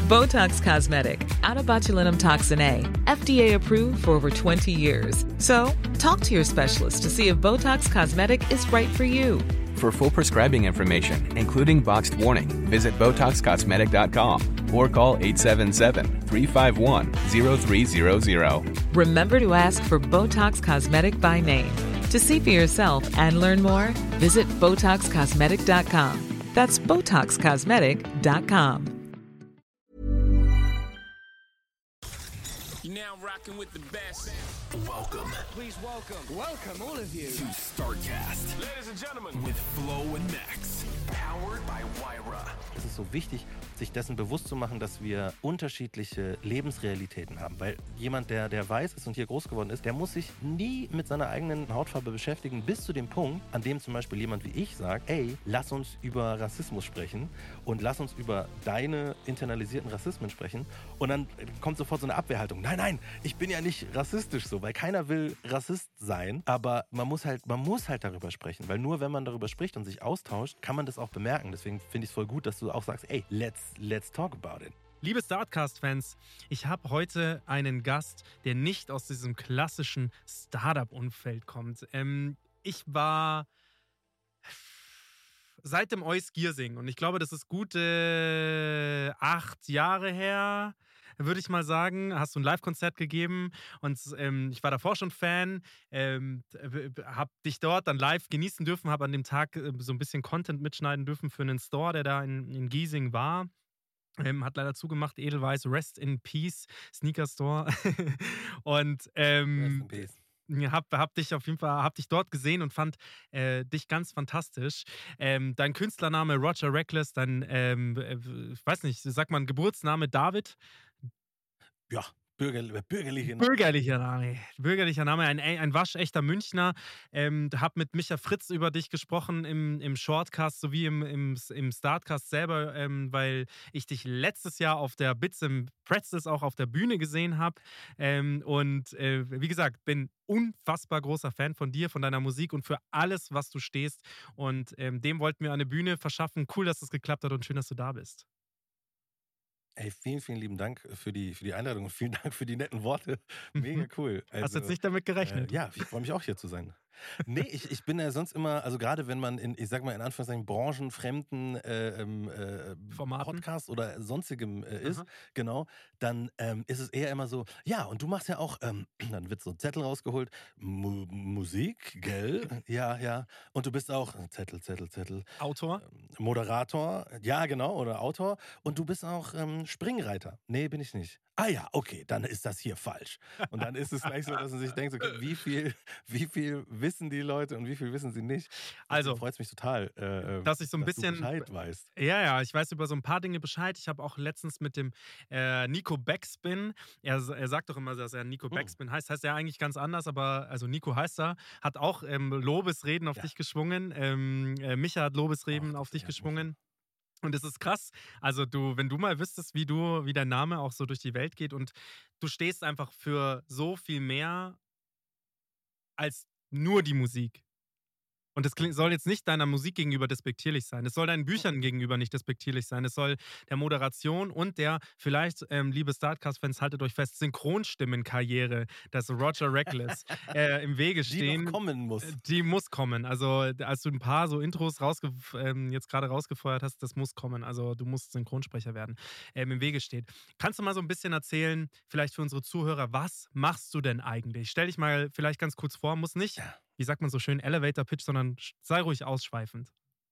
Botox Cosmetic, out of botulinum toxin A, FDA approved for over 20 years. So, talk to your specialist to see if Botox Cosmetic is right for you. For full prescribing information, including boxed warning, visit BotoxCosmetic.com or call 877-351-0300. Remember to ask for Botox Cosmetic by name. To see for yourself and learn more, visit BotoxCosmetic.com. That's BotoxCosmetic.com. You're now rocking with the best. Welcome. Please welcome all of you to StarCast. Ladies and gentlemen. With Flo and Max. Powered by Wyra. Es ist so wichtig, sich dessen bewusst zu machen, dass wir unterschiedliche Lebensrealitäten haben. Weil jemand, der weiß ist und hier groß geworden ist, der muss sich nie mit seiner eigenen Hautfarbe beschäftigen, bis zu dem Punkt, an dem zum Beispiel jemand wie ich sagt, ey, lass uns über Rassismus sprechen und lass uns über deine internalisierten Rassismen sprechen. Und dann kommt sofort so eine Abwehrhaltung. Nein, ich bin ja nicht rassistisch so, weil keiner will Rassist sein, aber man muss halt darüber sprechen, weil nur wenn man darüber spricht und sich austauscht, kann man das auch bemerken. Deswegen finde ich es voll gut, dass du auch sagst, ey, let's talk about it. Liebe Startcast-Fans, ich habe heute einen Gast, der nicht aus diesem klassischen Startup-Umfeld kommt. Ich war seit dem Eus Giersing und ich glaube, das ist gute 8 Jahre her, würde ich mal sagen, hast du ein Live-Konzert gegeben und ich war davor schon Fan, habe dich dort dann live genießen dürfen, habe an dem Tag so ein bisschen Content mitschneiden dürfen für einen Store, der da in Giesing war. Hat leider zugemacht, Edelweiss, Rest in Peace, Sneaker Store. Und Rest in Peace. Hab dich auf jeden Fall, dich dort gesehen und fand dich ganz fantastisch. Dein Künstlername Roger Reckless, dein, ich weiß nicht, sagt man Geburtsname David? Ja, bürgerlicher Name, ein waschechter Münchner. Hab mit Micha Fritz über dich gesprochen im Shortcast sowie im Startcast selber, weil ich dich letztes Jahr auf der Bits and Pretzels auch auf der Bühne gesehen habe. Wie gesagt, bin unfassbar großer Fan von dir, von deiner Musik und für alles, was du stehst. Und dem wollten wir eine Bühne verschaffen. Cool, dass es geklappt hat und schön, dass du da bist. Ey, vielen, vielen lieben Dank für die Einladung und vielen Dank für die netten Worte. Mega cool. Also, hast du jetzt nicht damit gerechnet? Ja, ich freue mich auch hier zu sein. Nee, ich bin ja sonst immer, also gerade wenn man ich sag mal in Anführungszeichen branchenfremden Podcast oder sonstigem ist, genau, dann ist es eher immer so, ja, und du machst ja auch, dann wird so ein Zettel rausgeholt, Musik, gell? Ja. Und du bist auch, Zettel. Autor? Moderator, ja genau, oder Autor. Und du bist auch Springreiter. Nee, bin ich nicht. Ah ja, okay, dann ist das hier falsch. Und dann ist es gleich so, dass man sich denkt, okay, wie viel wissen die Leute und wie viel wissen sie nicht? Also freut es mich total, dass ich so ein bisschen du Bescheid weißt. Ja, ich weiß über so ein paar Dinge Bescheid. Ich habe auch letztens mit dem Nico Backspin, er sagt doch immer, dass er Nico Backspin heißt er eigentlich ganz anders, aber also Nico heißt er, hat auch Lobesreden auf dich geschwungen. Micha hat Lobesreden auf dich geschwungen. Und es ist krass, also wenn du mal wüsstest, wie dein Name auch so durch die Welt geht und du stehst einfach für so viel mehr als nur die Musik. Und das soll jetzt nicht deiner Musik gegenüber despektierlich sein. Es soll deinen Büchern gegenüber nicht despektierlich sein. Es soll der Moderation und der, vielleicht, liebe Startcast-Fans, haltet euch fest, Synchronstimmenkarriere, das Roger Reckless im Wege stehen. Die noch kommen muss. Die muss kommen. Also, als du ein paar so Intros jetzt gerade rausgefeuert hast, das muss kommen. Also, du musst Synchronsprecher werden. Im Wege steht. Kannst du mal so ein bisschen erzählen, vielleicht für unsere Zuhörer, was machst du denn eigentlich? Stell dich mal vielleicht ganz kurz vor, muss nicht, wie sagt man so schön, Elevator-Pitch, sondern sei ruhig ausschweifend.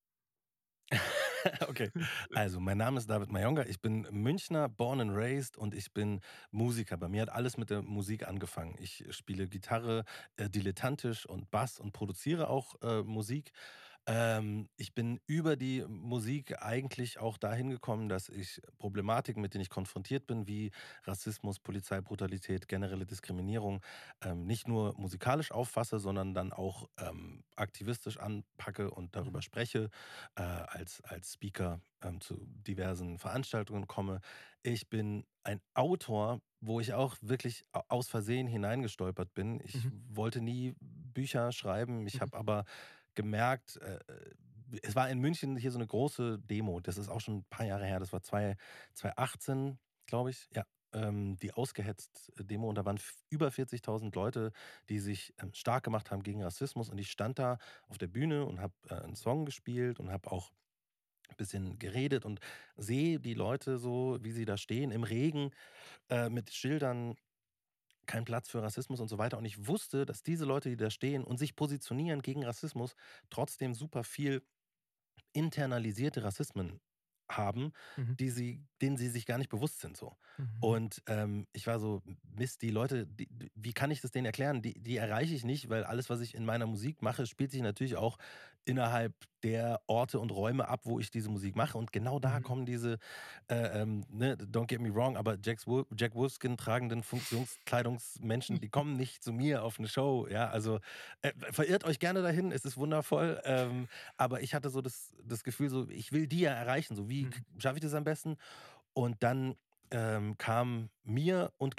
Okay, also mein Name ist David Mayonga, ich bin Münchner, born and raised und ich bin Musiker. Bei mir hat alles mit der Musik angefangen. Ich spiele Gitarre dilettantisch und Bass und produziere auch Musik. Ich bin über die Musik eigentlich auch dahin gekommen, dass ich Problematiken, mit denen ich konfrontiert bin, wie Rassismus, Polizeibrutalität, generelle Diskriminierung, nicht nur musikalisch auffasse, sondern dann auch aktivistisch anpacke und darüber spreche, als Speaker zu diversen Veranstaltungen komme. Ich bin ein Autor, wo ich auch wirklich aus Versehen hineingestolpert bin. Ich wollte nie Bücher schreiben, ich habe aber gemerkt, es war in München hier so eine große Demo, das ist auch schon ein paar Jahre her, das war 2018, glaube ich. Ja. Die Ausgehetzt-Demo und da waren über 40.000 Leute, die sich stark gemacht haben gegen Rassismus und ich stand da auf der Bühne und habe einen Song gespielt und habe auch ein bisschen geredet und sehe die Leute so, wie sie da stehen im Regen mit Schildern, kein Platz für Rassismus und so weiter. Und ich wusste, dass diese Leute, die da stehen und sich positionieren gegen Rassismus, trotzdem super viel internalisierte Rassismen haben, Mhm. denen sie sich gar nicht bewusst sind so. Mhm. Und ich war so, Mist, die Leute, wie kann ich das denen erklären? Die erreiche ich nicht, weil alles, was ich in meiner Musik mache, spielt sich natürlich auch innerhalb der Orte und Räume ab, wo ich diese Musik mache. Und genau da Mhm. kommen diese, ne, don't get me wrong, aber Jack Wolfskin tragenden Funktionskleidungsmenschen, die kommen nicht zu mir auf eine Show. Ja, also verirrt euch gerne dahin, es ist wundervoll. Aber ich hatte so das Gefühl, so, ich will die ja erreichen. So, wie Mhm. schaffe ich das am besten? Und dann kam mir und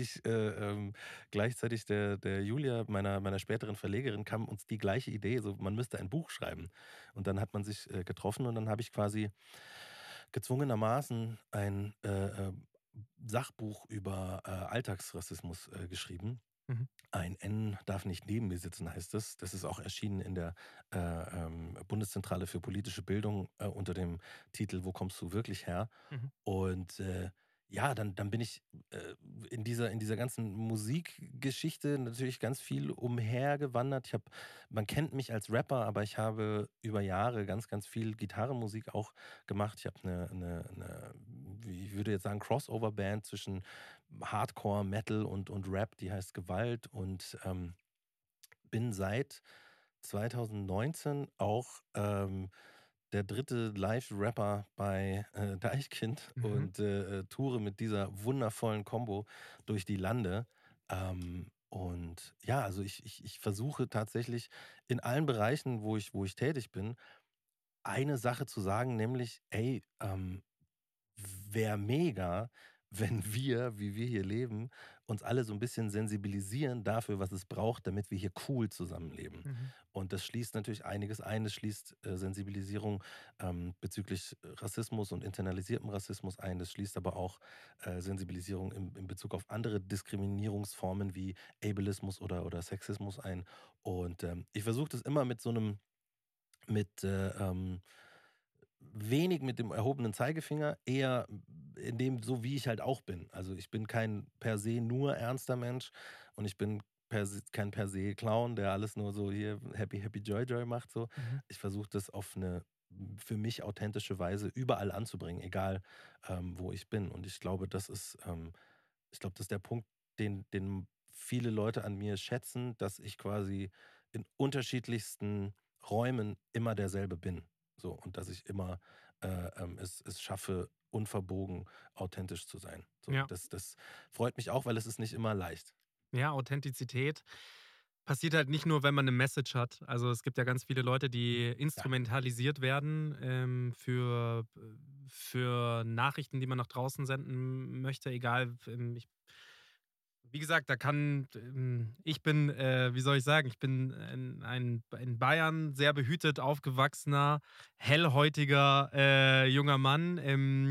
gleichzeitig der Julia, meiner späteren Verlegerin, kam uns die gleiche Idee, so man müsste ein Buch schreiben. Und dann hat man sich getroffen und dann habe ich quasi gezwungenermaßen ein Sachbuch über Alltagsrassismus geschrieben. Mhm. Ein N darf nicht neben mir sitzen, heißt es. Das ist auch erschienen in der Bundeszentrale für politische Bildung unter dem Titel Wo kommst du wirklich her? Mhm. Und ja, dann bin ich in dieser ganzen Musikgeschichte natürlich ganz viel umhergewandert. Man kennt mich als Rapper, aber ich habe über Jahre ganz, ganz viel Gitarrenmusik auch gemacht. Ich habe wie ich würde jetzt sagen, Crossover-Band zwischen Hardcore, Metal und Rap, die heißt Gewalt und bin seit 2019 auch der dritte Live-Rapper bei Deichkind Mhm. und toure mit dieser wundervollen Kombo durch die Lande. Und ja, also ich versuche tatsächlich in allen Bereichen, wo ich tätig bin, eine Sache zu sagen, nämlich, ey, wäre mega, wenn wir, wie wir hier leben, uns alle so ein bisschen sensibilisieren dafür, was es braucht, damit wir hier cool zusammenleben. Mhm. Und das schließt natürlich einiges ein. Das schließt Sensibilisierung bezüglich Rassismus und internalisiertem Rassismus ein. Das schließt aber auch Sensibilisierung in Bezug auf andere Diskriminierungsformen wie Ableismus oder Sexismus ein. Und ich versuche das immer mit wenig mit dem erhobenen Zeigefinger, eher in dem, so wie ich halt auch bin. Also ich bin kein per se nur ernster Mensch und ich bin kein per se Clown, der alles nur so hier Happy, Happy, Joy, Joy macht. So. Mhm. Ich versuche das auf eine für mich authentische Weise überall anzubringen, egal wo ich bin. Und ich glaube, das ist der Punkt, den viele Leute an mir schätzen, dass ich quasi in unterschiedlichsten Räumen immer derselbe bin. So, und dass ich immer es schaffe, unverbogen authentisch zu sein. So, Ja. das freut mich auch, weil es ist nicht immer leicht. Ja, Authentizität passiert halt nicht nur, wenn man eine Message hat. Also, es gibt ja ganz viele Leute, die Ja. instrumentalisiert werden, für Nachrichten, die man nach draußen senden möchte, egal, wie gesagt, ich bin, wie soll ich sagen, ich bin in Bayern sehr behütet aufgewachsener, hellhäutiger, junger Mann,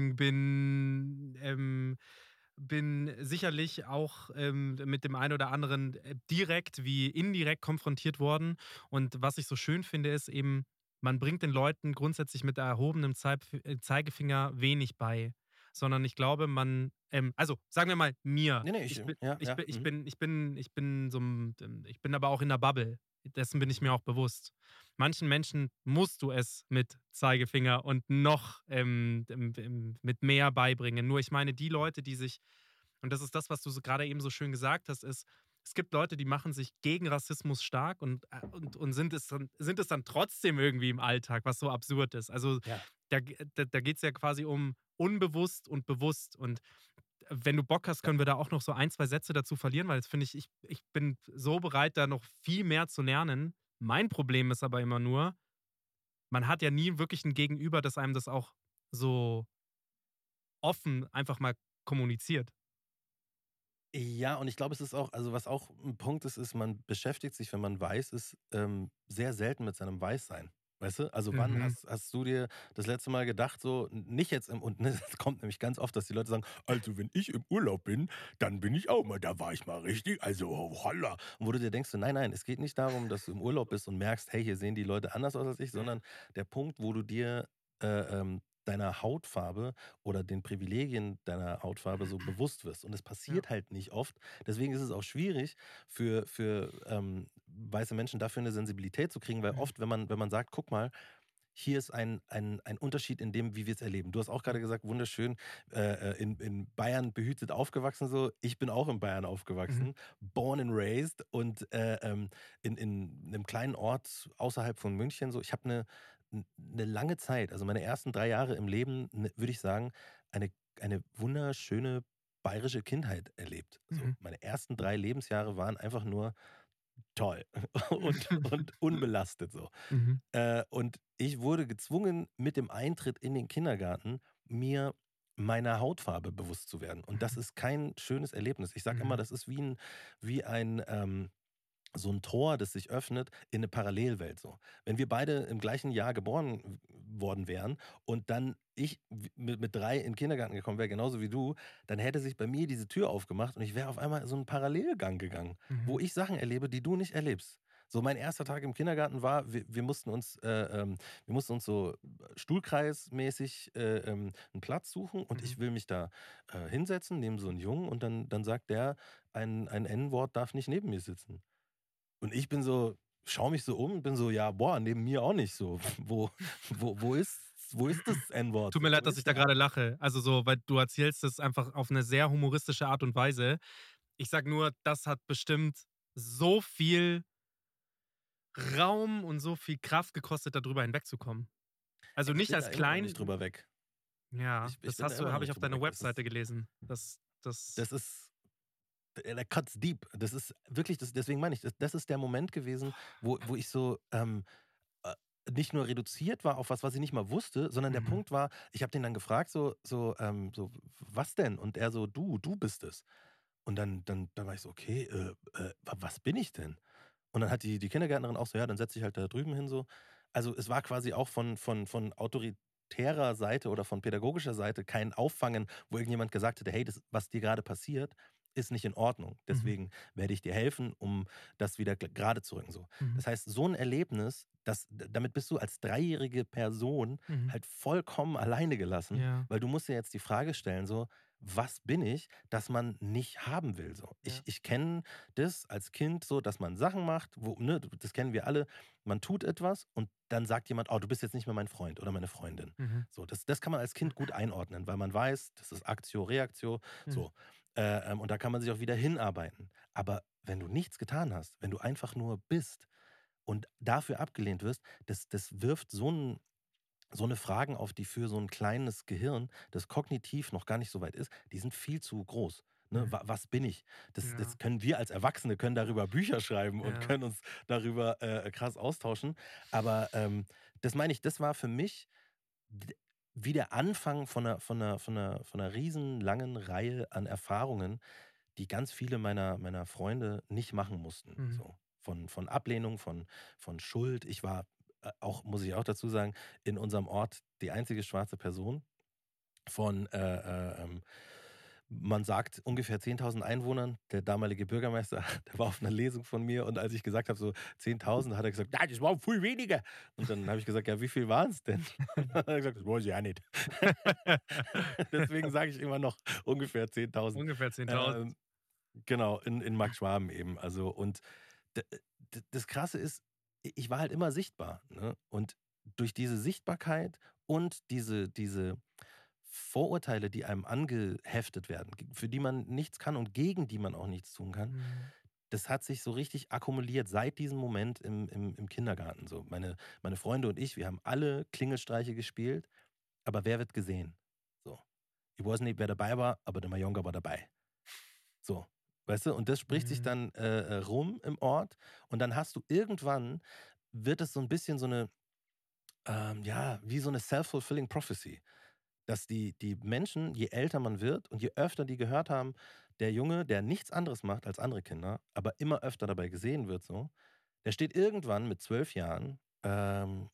bin sicherlich auch mit dem einen oder anderen direkt wie indirekt konfrontiert worden. Und was ich so schön finde, ist eben, man bringt den Leuten grundsätzlich mit erhobenem Zeigefinger wenig bei. Sondern ich glaube, also sagen wir mal mir, Nee, nee, ja, ja. Mhm. ich bin aber auch in der Bubble. Dessen bin ich mir auch bewusst. Manchen Menschen musst du es mit Zeigefinger und noch mit mehr beibringen. Nur ich meine, die Leute, die sich, und das ist das, was du so gerade eben so schön gesagt hast, ist, es gibt Leute, die machen sich gegen Rassismus stark und sind es dann trotzdem irgendwie im Alltag, was so absurd ist. Also Ja. da geht es ja quasi um unbewusst und bewusst. Und wenn du Bock hast, Ja. können wir da auch noch so ein, zwei Sätze dazu verlieren, weil das finde ich bin so bereit, da noch viel mehr zu lernen. Mein Problem ist aber immer nur, man hat ja nie wirklich ein Gegenüber, das einem das auch so offen einfach mal kommuniziert. Ja, und ich glaube, es ist auch, also was auch ein Punkt ist, man beschäftigt sich, wenn man weiß ist, sehr selten mit seinem Weißsein. Weißt du? Also wann hast du dir das letzte Mal gedacht, so nicht jetzt und ne, das kommt nämlich ganz oft, dass die Leute sagen, also wenn ich im Urlaub bin, dann bin ich auch mal, da war ich mal richtig, also holla. Und wo du dir denkst, so, nein, es geht nicht darum, dass du im Urlaub bist und merkst, hey, hier sehen die Leute anders aus als ich, sondern der Punkt, wo du dir deiner Hautfarbe oder den Privilegien deiner Hautfarbe so bewusst wirst. Und es Ja. passiert halt nicht oft. Deswegen ist es auch schwierig für weiße Menschen dafür eine Sensibilität zu kriegen, weil oft, wenn man sagt, guck mal, hier ist ein Unterschied in dem, wie wir es erleben. Du hast auch gerade gesagt, wunderschön, in Bayern behütet aufgewachsen so. Ich bin auch in Bayern aufgewachsen, born and raised und in einem kleinen Ort außerhalb von München so. Ich habe eine lange Zeit, also meine ersten 3 Jahre im Leben, würde ich sagen, eine wunderschöne bayerische Kindheit erlebt. So, meine ersten 3 Lebensjahre waren einfach nur toll und unbelastet so. Und ich wurde gezwungen, mit dem Eintritt in den Kindergarten mir meiner Hautfarbe bewusst zu werden. Und das ist kein schönes Erlebnis. Ich sage immer, das ist wie ein so ein Tor, das sich öffnet in eine Parallelwelt so. Wenn wir beide im gleichen Jahr geboren worden wären und dann ich mit 3 in den Kindergarten gekommen wäre, genauso wie du, dann hätte sich bei mir diese Tür aufgemacht und ich wäre auf einmal so einen Parallelgang gegangen, wo ich Sachen erlebe, die du nicht erlebst. So mein erster Tag im Kindergarten war, wir mussten uns so stuhlkreismäßig einen Platz suchen und ich will mich da hinsetzen, neben so einen Jungen und dann sagt der, ein N-Wort darf nicht neben mir sitzen. Und ich bin so, schaue mich so um und bin so, ja, boah, neben mir auch nicht so. Wo ist das N-Wort? Tut mir leid, dass ich da gerade lache. Also so, weil du erzählst es einfach auf eine sehr humoristische Art und Weise. Ich sag nur, das hat bestimmt so viel Raum und so viel Kraft gekostet, darüber hinwegzukommen. Also Ich nicht bin als da immer noch klein. nicht drüber weg. Ja, Ich das bin da immer noch habe ich nicht auf drüber deiner weg. Das Webseite ist, gelesen. Das das ist, der cuts deep. Das ist wirklich, deswegen meine ich, das ist der Moment gewesen, wo ich so äh, nicht nur reduziert war auf was ich nicht mal wusste, sondern der Punkt war, ich habe den dann gefragt, so, was denn? Und er so, du bist es. Und dann war ich so, okay, was bin ich denn? Und dann hat die Kindergärtnerin auch so, ja, dann setz dich halt da drüben hin so. Also es war quasi auch von autoritärer Seite oder von pädagogischer Seite kein Auffangen, wo irgendjemand gesagt hätte, hey, das, was dir gerade passiert, ist nicht in Ordnung. Deswegen werde ich dir helfen, um das wieder gerade zu rücken. So. Das heißt, so ein Erlebnis, damit bist du als 3-jährige Person halt vollkommen alleine gelassen, Ja. weil du musst dir jetzt die Frage stellen, so, was bin ich, das man nicht haben will? So. Ich kenne das als Kind so, dass man Sachen macht, ne, das kennen wir alle, man tut etwas und dann sagt jemand, oh, du bist jetzt nicht mehr mein Freund oder meine Freundin. So, das kann man als Kind gut einordnen, weil man weiß, das ist Aktio, Reaktio, so. Und da kann man sich auch wieder hinarbeiten. Aber wenn du nichts getan hast, wenn du einfach nur bist und dafür abgelehnt wirst, das wirft so eine Fragen auf, die für so ein kleines Gehirn, das kognitiv noch gar nicht so weit ist, die sind viel zu groß. Ne? Was bin ich? Das können wir als Erwachsene, können darüber Bücher schreiben und können uns darüber krass austauschen. Aber das meine ich, das war für mich wie der Anfang von einer riesen langen Reihe an Erfahrungen, die ganz viele meiner Freunde nicht machen mussten. So. Von Ablehnung, von Schuld. Ich war auch, muss ich auch dazu sagen, in unserem Ort die einzige schwarze Person von, man sagt, ungefähr 10.000 Einwohnern. Der damalige Bürgermeister, der war auf einer Lesung von mir und als ich gesagt habe, so 10.000, hat er gesagt, ja, das waren viel weniger. Und dann habe ich gesagt, ja, wie viel waren es denn? Und dann hat er gesagt, das weiß ich ja nicht. Deswegen sage ich immer noch ungefähr 10.000. Ungefähr 10.000. Genau, in Max Schwaben eben. Also, und das Krasse ist, ich war halt immer sichtbar. Ne? Und durch diese Sichtbarkeit und diese Vorurteile, die einem angeheftet werden, für die man nichts kann und gegen die man auch nichts tun kann, das hat sich so richtig akkumuliert seit diesem Moment im Kindergarten. So, meine Freunde und ich, wir haben alle Klingelstreiche gespielt, aber wer wird gesehen? So. Ich weiß nicht, wer dabei war, aber der Mayonga war dabei. So. Weißt du, und das spricht sich dann rum im Ort und dann hast du irgendwann, wird es so ein bisschen so eine, wie so eine self-fulfilling prophecy, dass die Menschen, je älter man wird und je öfter die gehört haben, der Junge, der nichts anderes macht als andere Kinder, aber immer öfter dabei gesehen wird, so, der steht irgendwann mit 12 Jahren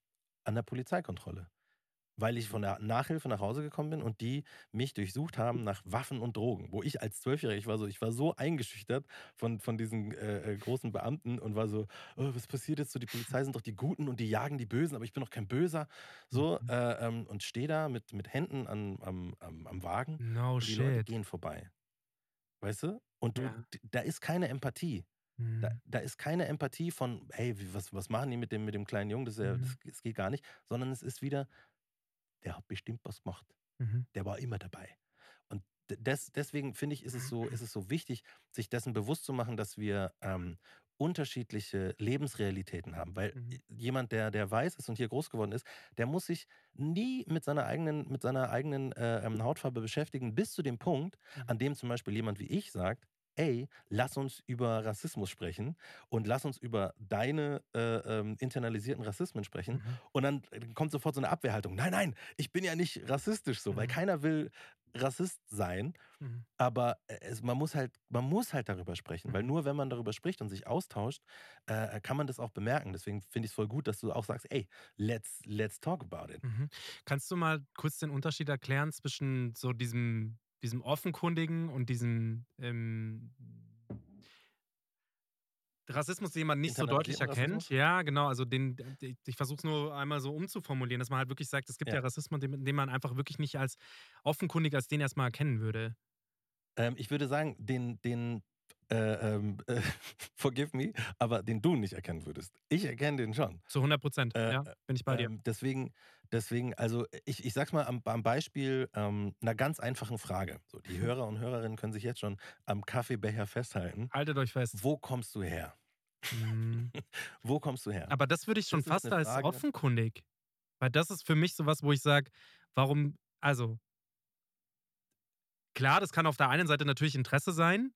an der Polizeikontrolle. Weil ich von der Nachhilfe nach Hause gekommen bin und die mich durchsucht haben nach Waffen und Drogen. Wo ich als 12-Jähriger, ich war so eingeschüchtert von diesen großen Beamten und war so, oh, was passiert jetzt so? Die Polizei sind doch die Guten und die jagen die Bösen, aber ich bin doch kein Böser. So, und stehe da mit Händen am Wagen No und die Leute shit. gehen vorbei. Weißt du? Und Ja. da ist keine Empathie. Mhm. Da ist keine Empathie von, hey, was machen die mit dem kleinen Jungen? Das geht gar nicht. Sondern es ist wieder, der hat bestimmt was gemacht. Mhm. Der war immer dabei. Und deswegen finde ich, ist es so wichtig, sich dessen bewusst zu machen, dass wir unterschiedliche Lebensrealitäten haben. Weil jemand, der weiß ist und hier groß geworden ist, der muss sich nie mit seiner eigenen Hautfarbe beschäftigen, bis zu dem Punkt, an dem zum Beispiel jemand wie ich sagt, ey, lass uns über Rassismus sprechen und lass uns über deine internalisierten Rassismen sprechen. Und dann kommt sofort so eine Abwehrhaltung. Nein, ich bin ja nicht rassistisch so, weil keiner will Rassist sein. Aber man muss halt darüber sprechen, weil nur wenn man darüber spricht und sich austauscht, kann man das auch bemerken. Deswegen finde ich es voll gut, dass du auch sagst, ey, let's talk about it. Kannst du mal kurz den Unterschied erklären zwischen so diesem offenkundigen und diesem Rassismus, den man nicht so deutlich Internalisierten erkennt? Rassismus? Ja, genau. Also ich versuche es nur einmal so umzuformulieren, dass man halt wirklich sagt, es gibt ja Ja. Rassismus, den man einfach wirklich nicht als offenkundig als den erstmal erkennen würde. Ich würde sagen, forgive me, aber den du nicht erkennen würdest. Ich erkenne den schon. Zu 100%. Ja, bin ich bei dir. Deswegen, also ich sag's mal am Beispiel einer ganz einfachen Frage. So, die Hörer und Hörerinnen können sich jetzt schon am Kaffeebecher festhalten. Haltet euch fest. Wo kommst du her? Mhm. Wo kommst du her? Aber das würde ich schon Das ist fast eine als Frage. offenkundig. Weil das ist für mich sowas, wo ich sage, warum, also klar, das kann auf der einen Seite natürlich Interesse sein.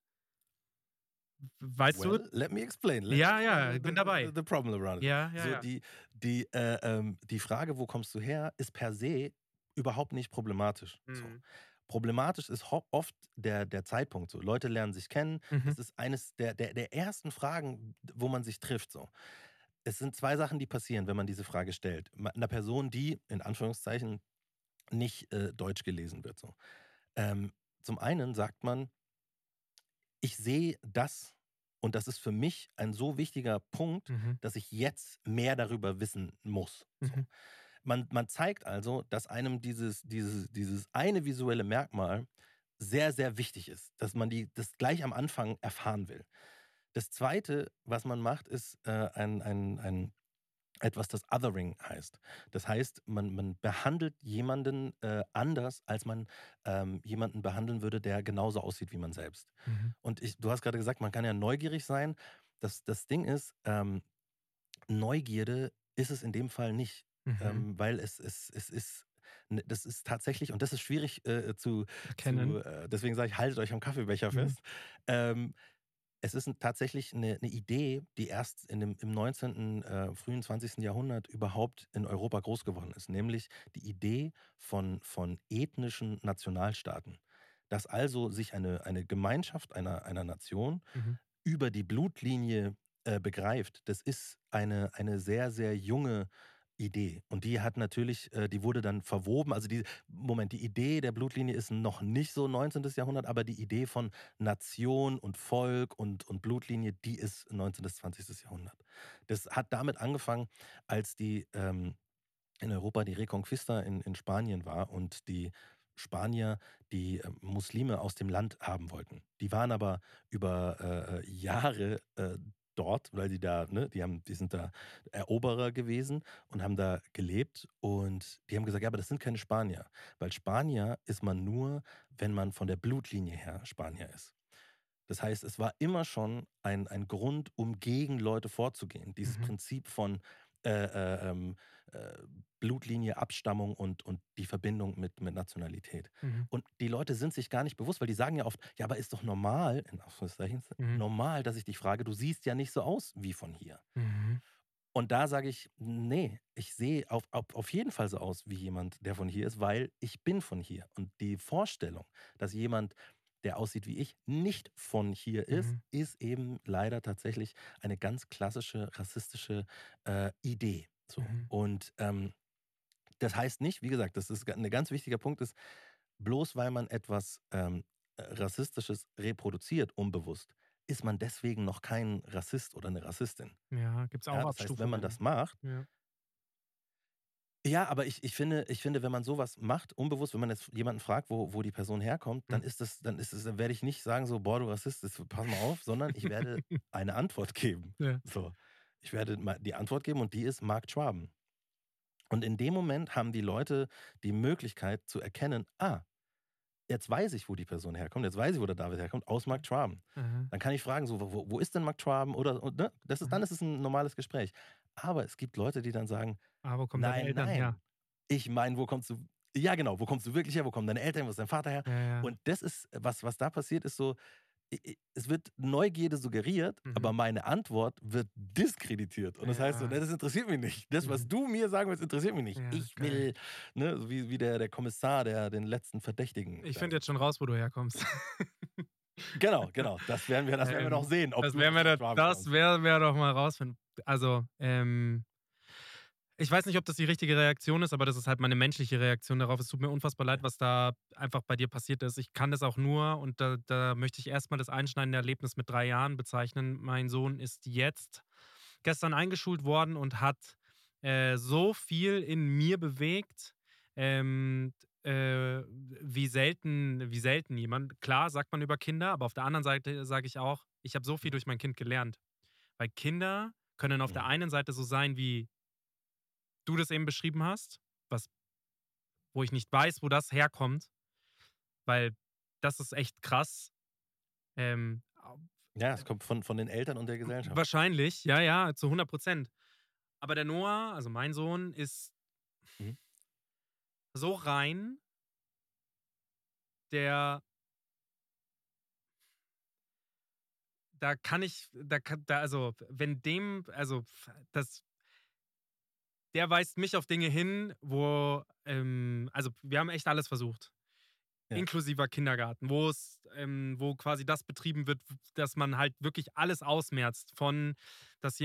Weißt Well, du? let me explain. Ja, ich bin dabei. The problem around it. Ja. So, die Frage, wo kommst du her, ist per se überhaupt nicht problematisch. So. Problematisch ist oft der Zeitpunkt. So. Leute lernen sich kennen. Das ist eines der ersten Fragen, wo man sich trifft. So. Es sind zwei Sachen, die passieren, wenn man diese Frage stellt. Einer Person, die, in Anführungszeichen, nicht deutsch gelesen wird. So. Zum einen sagt man, ich sehe das und das ist für mich ein so wichtiger Punkt, dass ich jetzt mehr darüber wissen muss. So. Man zeigt also, dass einem dieses eine visuelle Merkmal sehr, sehr wichtig ist, dass man das gleich am Anfang erfahren will. Das Zweite, was man macht, ist etwas, das Othering heißt. Das heißt, man behandelt jemanden anders, als man jemanden behandeln würde, der genauso aussieht wie man selbst. Und du hast gerade gesagt, man kann ja neugierig sein. Das Ding ist, Neugierde ist es in dem Fall nicht. Weil es ist, das ist tatsächlich, und das ist schwierig Erkennen. deswegen sage ich, haltet euch am Kaffeebecher fest. Es ist tatsächlich eine Idee, die erst im 19., frühen 20. Jahrhundert überhaupt in Europa groß geworden ist. Nämlich die Idee von ethnischen Nationalstaaten. Dass also sich eine Gemeinschaft einer Nation über die Blutlinie begreift. Das ist eine sehr, sehr junge Idee. Und die hat natürlich, die wurde dann verwoben. Also die Idee der Blutlinie ist noch nicht so 19. Jahrhundert, aber die Idee von Nation und Volk und Blutlinie, die ist 19. bis 20. Jahrhundert. Das hat damit angefangen, als in Europa die Reconquista in Spanien war und die Spanier die Muslime aus dem Land haben wollten. Die waren aber über Jahre dort, weil die sind da Eroberer gewesen und haben da gelebt und die haben gesagt, ja, aber das sind keine Spanier, weil Spanier ist man nur, wenn man von der Blutlinie her Spanier ist. Das heißt, es war immer schon ein Grund, um gegen Leute vorzugehen. Dieses Prinzip von Blutlinie, Abstammung und die Verbindung mit Nationalität. Und die Leute sind sich gar nicht bewusst, weil die sagen ja oft, ja, aber ist doch normal, in Anführungszeichen, normal, dass ich dich frage, du siehst ja nicht so aus wie von hier. Und da sage ich, nee, ich sehe auf jeden Fall so aus wie jemand, der von hier ist, weil ich bin von hier. Und die Vorstellung, dass jemand, der aussieht wie ich, nicht von hier ist eben leider tatsächlich eine ganz klassische rassistische Idee. So. Mhm. Und das heißt nicht, wie gesagt, das ist ein ganz wichtiger Punkt ist, bloß weil man etwas Rassistisches reproduziert, unbewusst, ist man deswegen noch kein Rassist oder eine Rassistin. Ja, gibt es auch Ja, das heißt, wenn man Abstufungen. das macht, Ja. ja, aber ich finde, wenn man sowas macht, unbewusst, wenn man jetzt jemanden fragt, wo die Person herkommt, dann Mhm. dann werde ich nicht sagen so, boah, du Rassist, pass mal auf, sondern ich werde eine Antwort geben. Ja. So. Ich werde die Antwort geben und die ist Mark Schwaben. Und in dem Moment haben die Leute die Möglichkeit zu erkennen, jetzt weiß ich, wo die Person herkommt, jetzt weiß ich, wo der David herkommt, aus Mark Schwaben. Aha. Dann kann ich fragen, so, wo ist denn Mark Schwaben? Ne? Dann ist es ein normales Gespräch. Aber es gibt Leute, die dann sagen, Wo kommen deine nein, Eltern her? nein. Ich meine, wo kommst du? Ja, genau, wo kommst du wirklich her? Wo kommen deine Eltern? Wo ist dein Vater her? Ja, ja. Und das ist, was da passiert, ist so, es wird Neugierde suggeriert, aber meine Antwort wird diskreditiert. Und das heißt so, Ja. ne, das interessiert mich nicht. Das, was du mir sagen willst, interessiert mich nicht. Ja, Ich geil. will, ne, so wie der Kommissar, der den letzten Verdächtigen. Ich da finde jetzt schon raus, wo du herkommst. Genau. Das werden wir noch sehen. Ob Das du werden aus wir, Schwaben das kommst. werden wir doch mal rausfinden. Also, ich weiß nicht, ob das die richtige Reaktion ist, aber das ist halt meine menschliche Reaktion darauf. Es tut mir unfassbar leid, was da einfach bei dir passiert ist. Ich kann das auch nur, und da möchte ich erstmal das einschneidende Erlebnis mit 3 Jahren bezeichnen. Mein Sohn ist jetzt gestern eingeschult worden und hat so viel in mir bewegt, wie selten jemand. Klar, sagt man über Kinder, aber auf der anderen Seite sage ich auch, ich habe so viel durch mein Kind gelernt. Weil Kinder können auf der einen Seite so sein, wie du das eben beschrieben hast, wo ich nicht weiß, wo das herkommt, weil das ist echt krass. Ähm, Ja, es kommt von den Eltern und der Gesellschaft. Wahrscheinlich, ja, zu 100%. Aber der Noah, also mein Sohn, ist so rein, der da kann ich, also wenn dem, also das, der weist mich auf Dinge hin, also wir haben echt alles versucht. Ja. Inklusiver Kindergarten, wo quasi das betrieben wird, dass man halt wirklich alles ausmerzt. Von, dass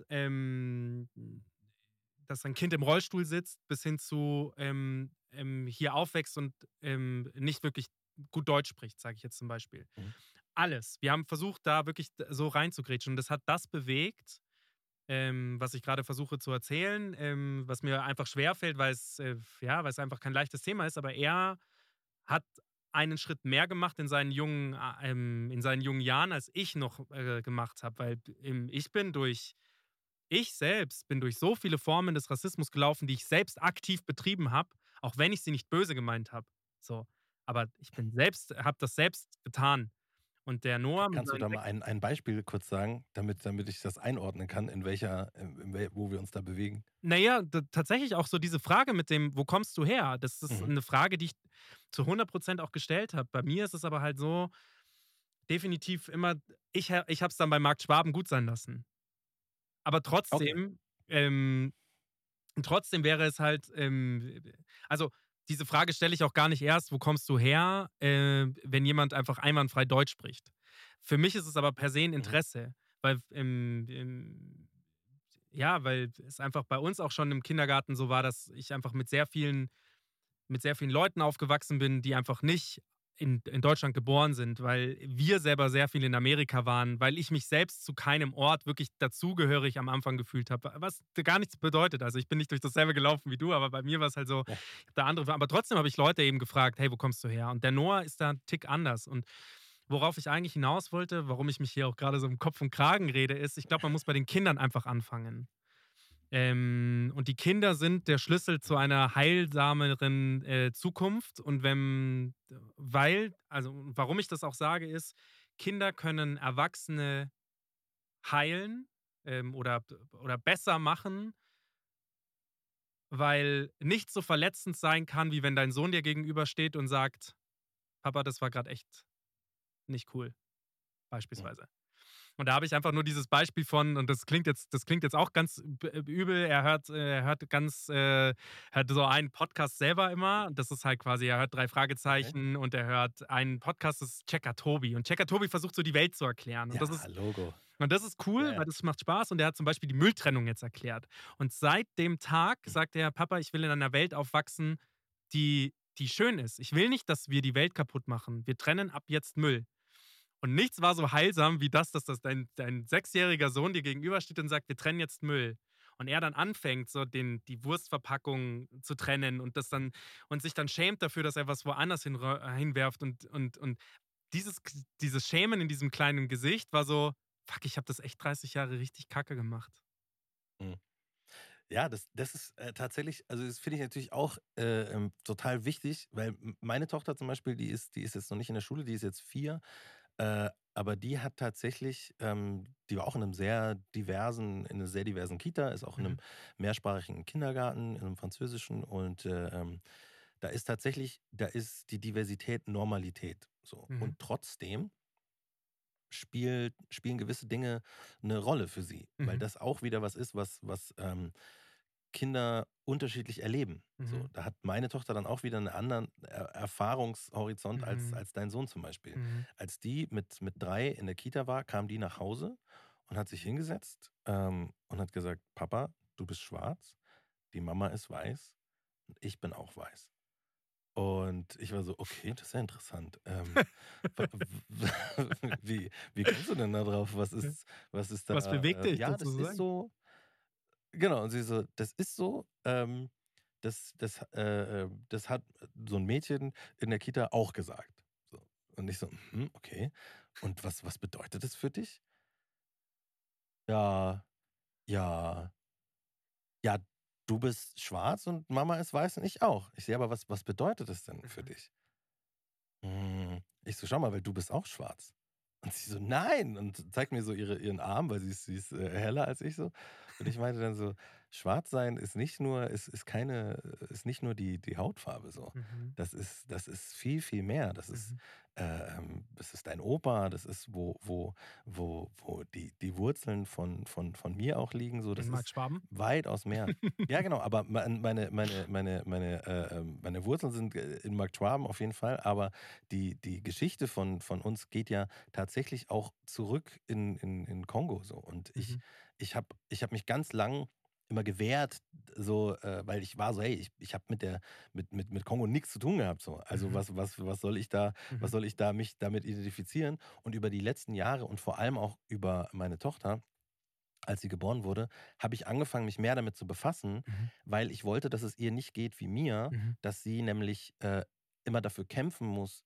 dass ein Kind im Rollstuhl sitzt, bis hin zu hier aufwächst und nicht wirklich gut Deutsch spricht, sage ich jetzt zum Beispiel. Alles. Wir haben versucht, da wirklich so reinzugrätschen. Und das hat das bewegt, was ich gerade versuche zu erzählen, was mir einfach schwerfällt, weil es einfach kein leichtes Thema ist. Aber er hat einen Schritt mehr gemacht in seinen jungen Jahren, als ich noch gemacht habe. Weil ich selbst bin durch so viele Formen des Rassismus gelaufen, die ich selbst aktiv betrieben habe, auch wenn ich sie nicht böse gemeint habe. So. Aber habe das selbst getan. Und der Noah mit Kannst du seinen da mal ein Beispiel kurz sagen, damit ich das einordnen kann, wo wir uns da bewegen? Naja, tatsächlich auch so diese Frage mit dem, wo kommst du her? Das ist eine Frage, die ich zu 100% auch gestellt habe. Bei mir ist es aber halt so, definitiv immer, ich habe es dann bei Marc Schwaben gut sein lassen. Aber trotzdem, trotzdem wäre es halt, also diese Frage stelle ich auch gar nicht erst, wo kommst du her, wenn jemand einfach einwandfrei Deutsch spricht. Für mich ist es aber per se ein Interesse, weil weil es einfach bei uns auch schon im Kindergarten so war, dass ich einfach mit sehr vielen Leuten aufgewachsen bin, die einfach nicht in Deutschland geboren sind, weil wir selber sehr viel in Amerika waren, weil ich mich selbst zu keinem Ort wirklich dazugehörig am Anfang gefühlt habe, was gar nichts bedeutet. Also ich bin nicht durch dasselbe gelaufen wie du, aber bei mir war es halt so, aber trotzdem habe ich Leute eben gefragt, hey, wo kommst du her? Und der Noah ist da ein Tick anders. Und worauf ich eigentlich hinaus wollte, warum ich mich hier auch gerade so im Kopf und Kragen rede, ist, ich glaube, man muss bei den Kindern einfach anfangen. Und die Kinder sind der Schlüssel zu einer heilsameren Zukunft. Und warum ich das auch sage, ist, Kinder können Erwachsene heilen oder besser machen, weil nichts so verletzend sein kann, wie wenn dein Sohn dir gegenübersteht und sagt, Papa, das war gerade echt nicht cool, beispielsweise. Und da habe ich einfach nur dieses Beispiel von, und das klingt jetzt auch ganz übel, er hört hört so einen Podcast selber immer. Das ist halt quasi, er hört 3 Fragezeichen und er hört einen Podcast, das ist Checker Tobi. Und Checker Tobi versucht so die Welt zu erklären. Und Ja, Logo. das ist cool, Ja. weil das macht Spaß. Und er hat zum Beispiel die Mülltrennung jetzt erklärt. Und seit dem Tag sagt er, Papa, ich will in einer Welt aufwachsen, die schön ist. Ich will nicht, dass wir die Welt kaputt machen. Wir trennen ab jetzt Müll. Und nichts war so heilsam wie dass dein 6-jähriger Sohn dir gegenübersteht und sagt, wir trennen jetzt Müll. Und er dann anfängt, so die Wurstverpackung zu trennen und sich dann schämt dafür, dass er was woanders hinwerft. Und dieses Schämen in diesem kleinen Gesicht war so, fuck, ich habe das echt 30 Jahre richtig kacke gemacht. Mhm. Ja, das ist tatsächlich, also das finde ich natürlich auch total wichtig, weil meine Tochter zum Beispiel, die ist jetzt noch nicht in der Schule, die ist jetzt 4, aber die hat tatsächlich, die war auch in einer sehr diversen Kita, ist auch in einem mehrsprachigen Kindergarten, in einem französischen und da ist die Diversität Normalität. So. Mhm. Und trotzdem spielen gewisse Dinge eine Rolle für sie, weil das auch wieder was ist, was Kinder unterschiedlich erleben. So, da hat meine Tochter dann auch wieder einen anderen Erfahrungshorizont als dein Sohn zum Beispiel. Als die mit 3 in der Kita war, kam die nach Hause und hat sich hingesetzt und hat gesagt, Papa, du bist schwarz, die Mama ist weiß und ich bin auch weiß. Und ich war so, okay, das ist ja interessant. Wie kommst du denn da drauf? Was ist da? Was bewegt dich, Ja, das das zu ist sagen? so. Genau, und sie so, das ist so. Das hat so ein Mädchen in der Kita auch gesagt. So. Und ich so, okay. Und was bedeutet das für dich? Ja, ja, ja, du bist schwarz und Mama ist weiß und ich auch. Ich sehe aber, was bedeutet das denn für dich? Ich so, schau mal, weil du bist auch schwarz. Und sie so, nein. Und zeigt mir so ihren Arm, weil sie ist heller als ich so. Und ich meinte dann so, schwarz sein ist nicht nur, ist nicht nur die Hautfarbe so. Das ist viel, viel mehr. Das ist dein Opa, das ist, wo die Wurzeln von mir auch liegen. So, das In Mark ist Schwaben? weitaus mehr. Ja, genau, aber meine Wurzeln sind in Markt Schwaben auf jeden Fall, aber die Geschichte von uns geht ja tatsächlich auch zurück in Kongo so. Und ich hab mich ganz lang immer gewehrt, so, weil ich war so, hey, ich habe mit Kongo nichts zu tun gehabt. So. Also was soll ich da mich damit identifizieren? Und über die letzten Jahre und vor allem auch über meine Tochter, als sie geboren wurde, habe ich angefangen, mich mehr damit zu befassen, weil ich wollte, dass es ihr nicht geht wie mir, dass sie nämlich immer dafür kämpfen muss,